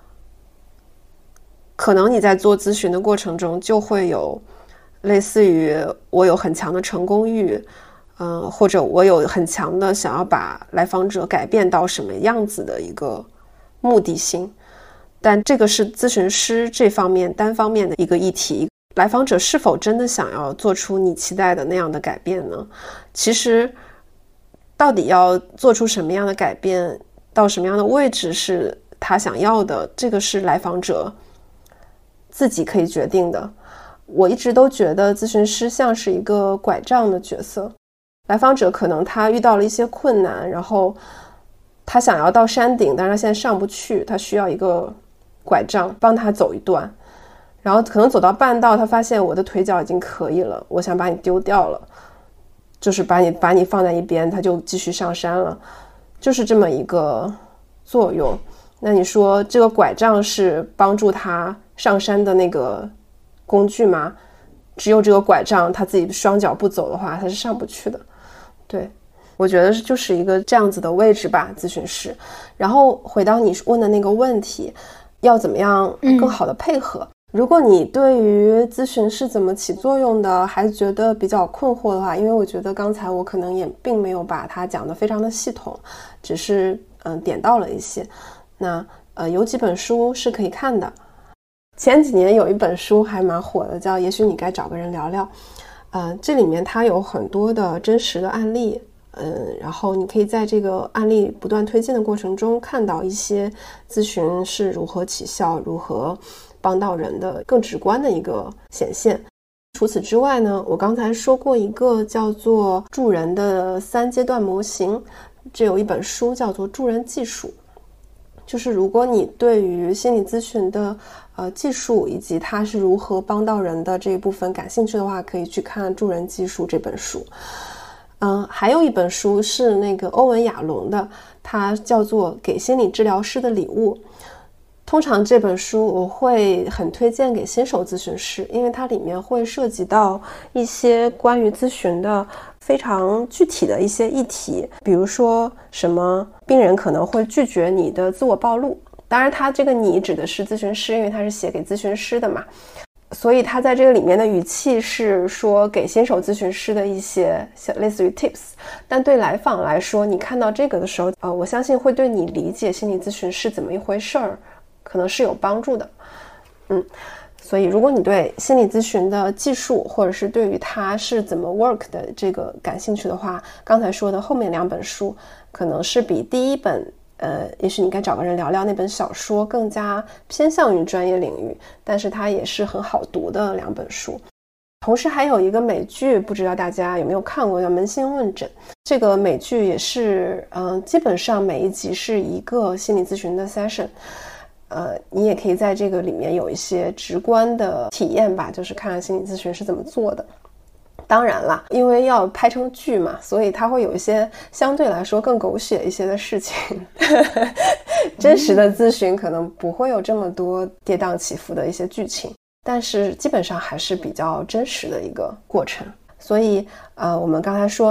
Speaker 2: 可能你在做咨询的过程中就会有类似于我有很强的成功欲，嗯、呃，或者我有很强的想要把来访者改变到什么样子的一个目的性，但这个是咨询师这方面单方面的一个议题。来访者是否真的想要做出你期待的那样的改变呢？其实到底要做出什么样的改变，到什么样的位置是他想要的，这个是来访者自己可以决定的。我一直都觉得咨询师像是一个拐杖的角色，来访者可能他遇到了一些困难，然后他想要到山顶，但是他现在上不去，他需要一个拐杖帮他走一段，然后可能走到半道，他发现我的腿脚已经可以了，我想把你丢掉了，就是把你把你放在一边，他就继续上山了，就是这么一个作用。那你说这个拐杖是帮助他上山的那个工具吗？只有这个拐杖，他自己双脚不走的话，他是上不去的。对，我觉得就是一个这样子的位置吧，咨询师。然后回到你问的那个问题，要怎么样更好的配合、嗯、如果你对于咨询是怎么起作用的还觉得比较困惑的话，因为我觉得刚才我可能也并没有把它讲得非常的系统，只是嗯、呃、点到了一些。那呃有几本书是可以看的，前几年有一本书还蛮火的，叫也许你该找个人聊聊。呃这里面它有很多的真实的案例，嗯，然后你可以在这个案例不断推进的过程中看到一些咨询是如何起效，如何帮到人的更直观的一个显现。除此之外呢，我刚才说过一个叫做助人的三阶段模型，这有一本书叫做助人技术，就是如果你对于心理咨询的呃技术以及它是如何帮到人的这一部分感兴趣的话，可以去看助人技术这本书。嗯，还有一本书是那个欧文亚龙的，它叫做《给心理治疗师的礼物》。通常这本书我会很推荐给新手咨询师，因为它里面会涉及到一些关于咨询的非常具体的一些议题，比如说什么病人可能会拒绝你的自我暴露，当然他这个你指的是咨询师，因为他是写给咨询师的嘛，所以他在这个里面的语气是说给新手咨询师的一些类似于 tips， 但对来访来说，你看到这个的时候，呃，我相信会对你理解心理咨询是怎么一回事儿可能是有帮助的。嗯，所以如果你对心理咨询的技术或者是对于它是怎么 work 的这个感兴趣的话，刚才说的后面两本书可能是比第一本呃，也许你该找个人聊聊那本小说更加偏向于专业领域，但是它也是很好读的两本书。同时还有一个美剧，不知道大家有没有看过，叫《扪心问诊》。这个美剧也是嗯、呃，基本上每一集是一个心理咨询的 session， 呃，你也可以在这个里面有一些直观的体验吧，就是看看心理咨询是怎么做的。当然啦，因为要拍成剧嘛，所以它会有一些相对来说更狗血一些的事情真实的咨询可能不会有这么多跌宕起伏的一些剧情，但是基本上还是比较真实的一个过程。所以呃，我们刚才说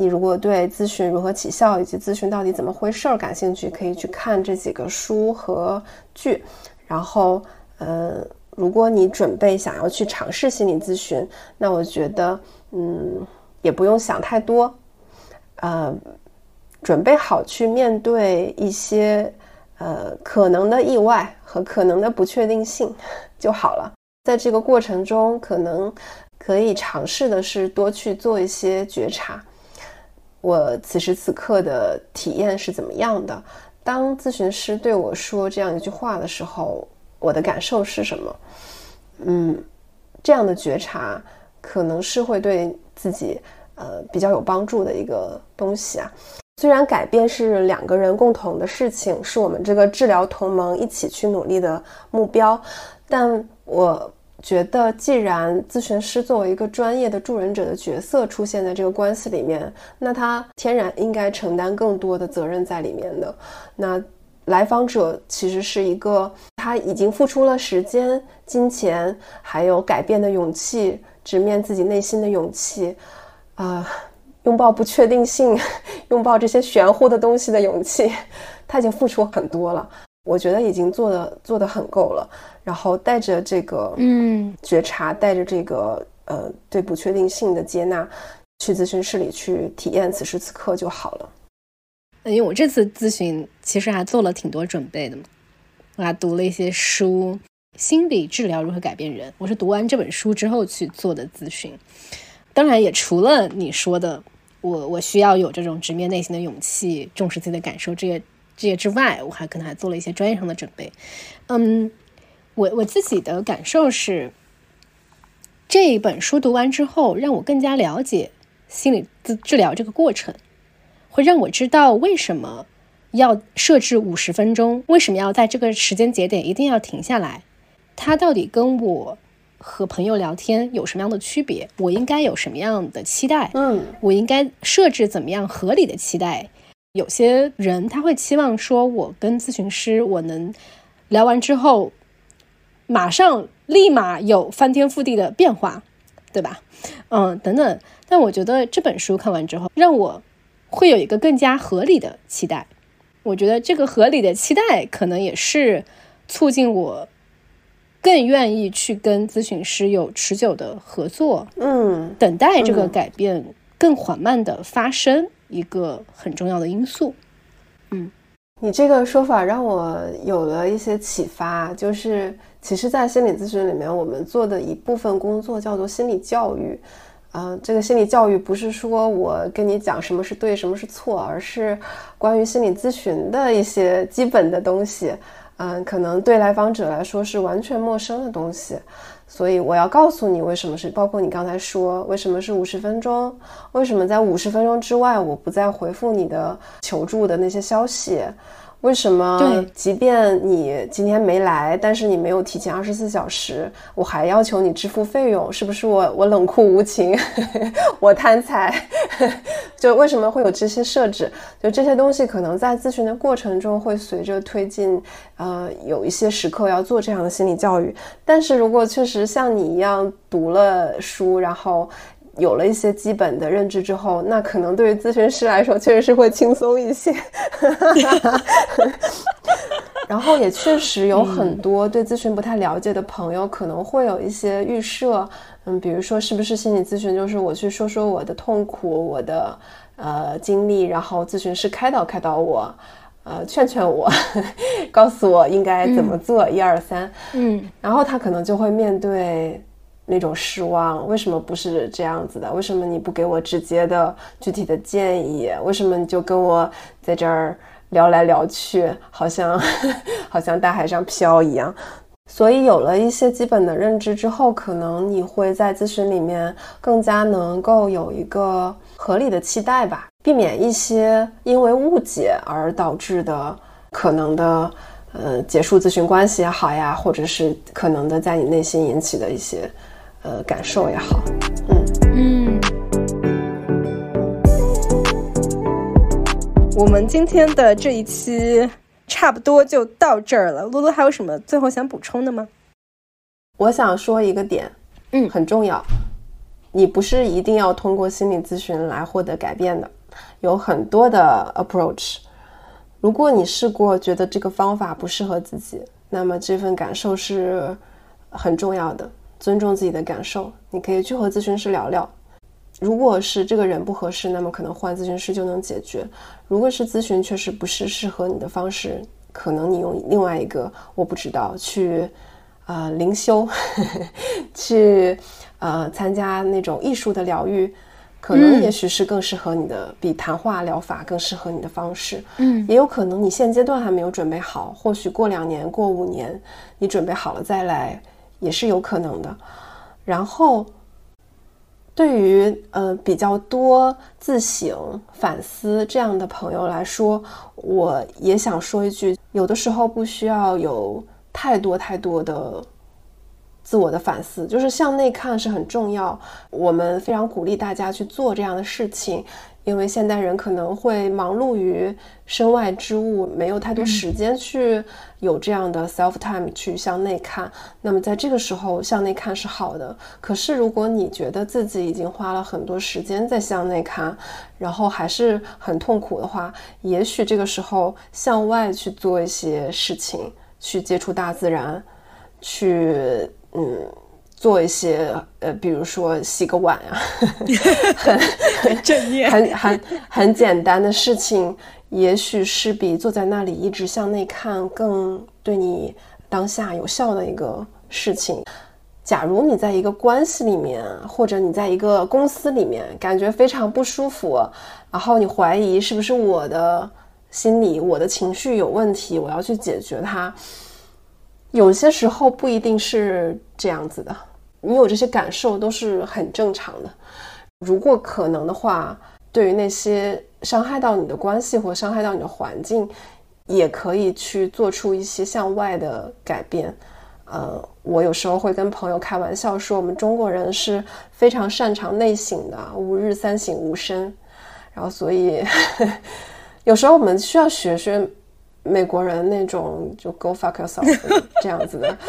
Speaker 2: 你如果对咨询如何起效以及咨询到底怎么回事感兴趣，可以去看这几个书和剧。然后呃，如果你准备想要去尝试心理咨询，那我觉得嗯，也不用想太多，呃，准备好去面对一些呃可能的意外和可能的不确定性就好了。在这个过程中，可能可以尝试的是多去做一些觉察，我此时此刻的体验是怎么样的？当咨询师对我说这样一句话的时候，我的感受是什么？嗯，这样的觉察可能是会对自己呃比较有帮助的一个东西啊。虽然改变是两个人共同的事情，是我们这个治疗同盟一起去努力的目标，但我觉得既然咨询师作为一个专业的助人者的角色出现在这个关系里面，那他天然应该承担更多的责任在里面的。那来访者其实是一个他已经付出了时间、金钱还有改变的勇气，直面自己内心的勇气，呃，拥抱不确定性，拥抱这些玄乎的东西的勇气，他已经付出很多了，我觉得已经做的做得很够了。然后带着这个嗯觉察，带着这个呃对不确定性的接纳，去咨询室里去体验此时此刻就好了。
Speaker 1: 因为我这次咨询其实还做了挺多准备的嘛，我还读了一些书，心理治疗如何改变人，我是读完这本书之后去做的咨询。当然也除了你说的我我需要有这种直面内心的勇气，重视自己的感受这些这些之外，我还可能还做了一些专业上的准备。嗯，我我自己的感受是，这一本书读完之后让我更加了解心理治疗这个过程，会让我知道为什么要设置五十分钟，为什么要在这个时间节点一定要停下来，它到底跟我和朋友聊天有什么样的区别，我应该有什么样的期待，
Speaker 2: 嗯，
Speaker 1: 我应该设置怎么样合理的期待。有些人他会期望说，我跟咨询师我能聊完之后马上立马有翻天覆地的变化，对吧？嗯，等等。但我觉得这本书看完之后让我会有一个更加合理的期待，我觉得这个合理的期待可能也是促进我更愿意去跟咨询师有持久的合作，
Speaker 2: 嗯，
Speaker 1: 等待这个改变更缓慢的发生一个很重要的因素。嗯，
Speaker 2: 你这个说法让我有了一些启发，就是其实在心理咨询里面我们做的一部分工作叫做心理教育。呃，这个心理教育不是说我跟你讲什么是对什么是错，而是关于心理咨询的一些基本的东西，嗯、呃，可能对来访者来说是完全陌生的东西，所以我要告诉你为什么是，包括你刚才说为什么是五十分钟，为什么在五十分钟之外我不再回复你的求助的那些消息，为什么即便你今天没来，但是你没有提前二十四小时，我还要求你支付费用？是不是我我冷酷无情，我贪财？就为什么会有这些设置？就这些东西可能在咨询的过程中会随着推进，呃，有一些时刻要做这样的心理教育。但是如果确实像你一样读了书，然后有了一些基本的认知之后，那可能对于咨询师来说确实是会轻松一些。然后也确实有很多对咨询不太了解的朋友可能会有一些预设，嗯，比如说是不是心理咨询就是我去说说我的痛苦，我的呃经历，然后咨询师开导开导我，呃劝劝我，告诉我应该怎么做，一二三，嗯，然后他可能就会面对那种失望，为什么不是这样子的？为什么你不给我直接的具体的建议？为什么你就跟我在这儿聊来聊去，好像好像大海上飘一样？所以有了一些基本的认知之后，可能你会在咨询里面更加能够有一个合理的期待吧，避免一些因为误解而导致的可能的呃结束咨询关系也好呀，或者是可能的在你内心引起的一些呃感受也好。嗯
Speaker 1: 嗯，我们今天的这一期差不多就到这儿了。露露还有什么最后想补充的吗？
Speaker 2: 我想说一个点，嗯，很重要， 你不是一定要通过心理咨询来获得改变的，有很多的 approach。如果你试过觉得这个方法不适合自己，那么这份感受是很重要的，尊重自己的感受，你可以去和咨询师聊聊。如果是这个人不合适，那么可能换咨询师就能解决。如果是咨询确实不是适合你的方式，可能你用另外一个我不知道去呃灵修去呃参加那种艺术的疗愈，可能也许是更适合你的、嗯、比谈话疗法更适合你的方式。
Speaker 1: 嗯，
Speaker 2: 也有可能你现阶段还没有准备好，或许过两年过五年你准备好了再来也是有可能的。然后对于呃比较多自省反思这样的朋友来说，我也想说一句，有的时候不需要有太多太多的自我的反思，就是向内看是很重要，我们非常鼓励大家去做这样的事情，因为现代人可能会忙碌于身外之物，没有太多时间去有这样的 self time 去向内看，那么在这个时候向内看是好的。可是如果你觉得自己已经花了很多时间在向内看，然后还是很痛苦的话，也许这个时候向外去做一些事情，去接触大自然，去嗯做一些呃，比如说洗个碗啊，很
Speaker 1: 很正面，
Speaker 2: 很很很简单的事情，也许是比坐在那里一直向内看更对你当下有效的一个事情。假如你在一个关系里面，或者你在一个公司里面感觉非常不舒服，然后你怀疑是不是我的心理我的情绪有问题，我要去解决它，有些时候不一定是这样子的，你有这些感受都是很正常的。如果可能的话，对于那些伤害到你的关系或伤害到你的环境，也可以去做出一些向外的改变。呃，我有时候会跟朋友开玩笑说，我们中国人是非常擅长内省的，吾日三省吾身，然后所以有时候我们需要学学美国人那种就 go fuck yourself 这样子的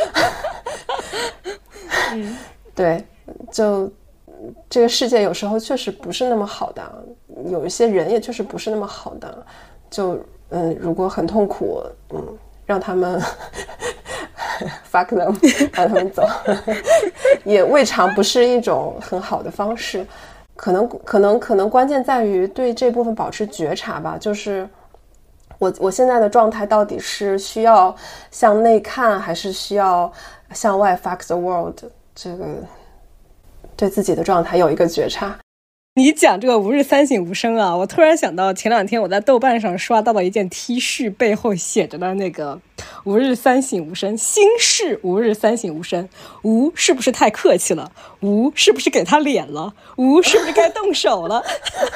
Speaker 1: 嗯，
Speaker 2: 对，就这个世界有时候确实不是那么好的，有一些人也确实不是那么好的，就嗯，如果很痛苦，嗯，让他们fuck them 让他们走也未尝不是一种很好的方式。可能可能可能关键在于对这部分保持觉察吧，就是我我现在的状态到底是需要向内看，还是需要向外 fuck the world， 这个对自己的状态有一个觉察。
Speaker 1: 你讲这个吾日三省吾身啊，我突然想到前两天我在豆瓣上刷到了一件 T 恤，背后写着的那个吾日三省吾身，心事吾日三省吾身，吾是不是太客气了，吾是不是给他脸了，吾是不是该动手了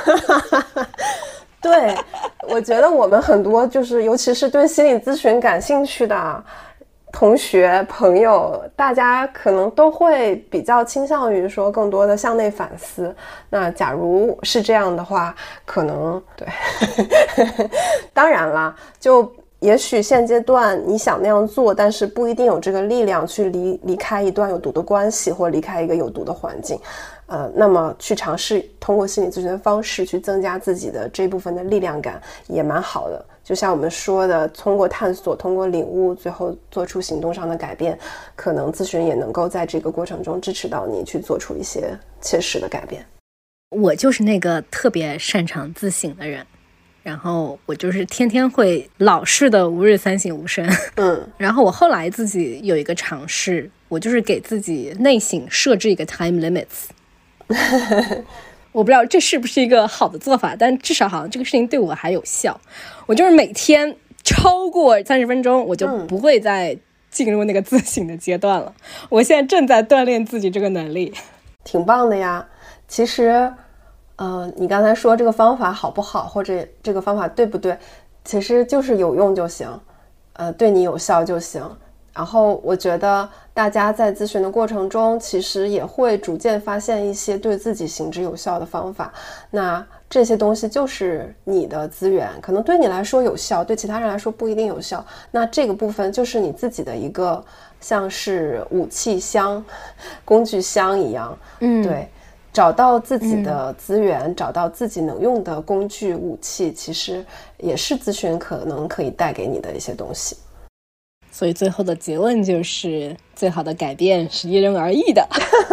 Speaker 2: 对，我觉得我们很多就是尤其是对心理咨询感兴趣的同学朋友，大家可能都会比较倾向于说更多的向内反思。那假如是这样的话，可能对当然啦，就也许现阶段你想那样做，但是不一定有这个力量去离离开一段有毒的关系，或离开一个有毒的环境。呃，那么去尝试通过心理咨询的方式去增加自己的这部分的力量感也蛮好的。就像我们说的，通过探索，通过领悟，最后做出行动上的改变，可能咨询也能够在这个过程中支持到你去做出一些切实的改变。
Speaker 1: 我就是那个特别擅长自省的人，然后我就是天天会老式的吾日三省吾身。
Speaker 2: 嗯，
Speaker 1: 然后我后来自己有一个尝试，我就是给自己内省设置一个 time limits 我不知道这是不是一个好的做法，但至少好像这个事情对我还有效。我就是每天超过三十分钟我就不会再进入那个自省的阶段了、嗯、我现在正在锻炼自己这个能力。
Speaker 2: 挺棒的呀。其实呃，你刚才说这个方法好不好，或者这个方法对不对，其实就是有用就行，呃，对你有效就行。然后我觉得大家在咨询的过程中其实也会逐渐发现一些对自己行之有效的方法，那这些东西就是你的资源，可能对你来说有效，对其他人来说不一定有效，那这个部分就是你自己的一个像是武器箱工具箱一样。
Speaker 1: 嗯，
Speaker 2: 对， 找到自己的资源、嗯、找到自己能用的工具武器，其实也是咨询可能可以带给你的一些东西。
Speaker 1: 所以最后的结论就是最好的改变是因人而异的。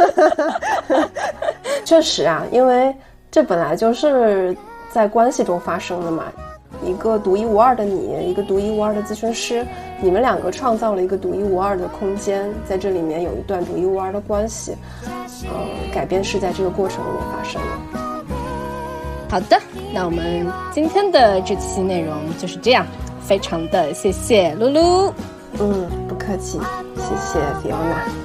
Speaker 2: 确实啊，因为这本来就是在关系中发生的嘛，一个独一无二的你，一个独一无二的咨询师，你们两个创造了一个独一无二的空间，在这里面有一段独一无二的关系，呃，改变是在这个过程里面发生的。
Speaker 1: 好的，那我们今天的这期内容就是这样，非常的谢谢露露。
Speaker 2: 嗯，不客气，谢谢 Fiona。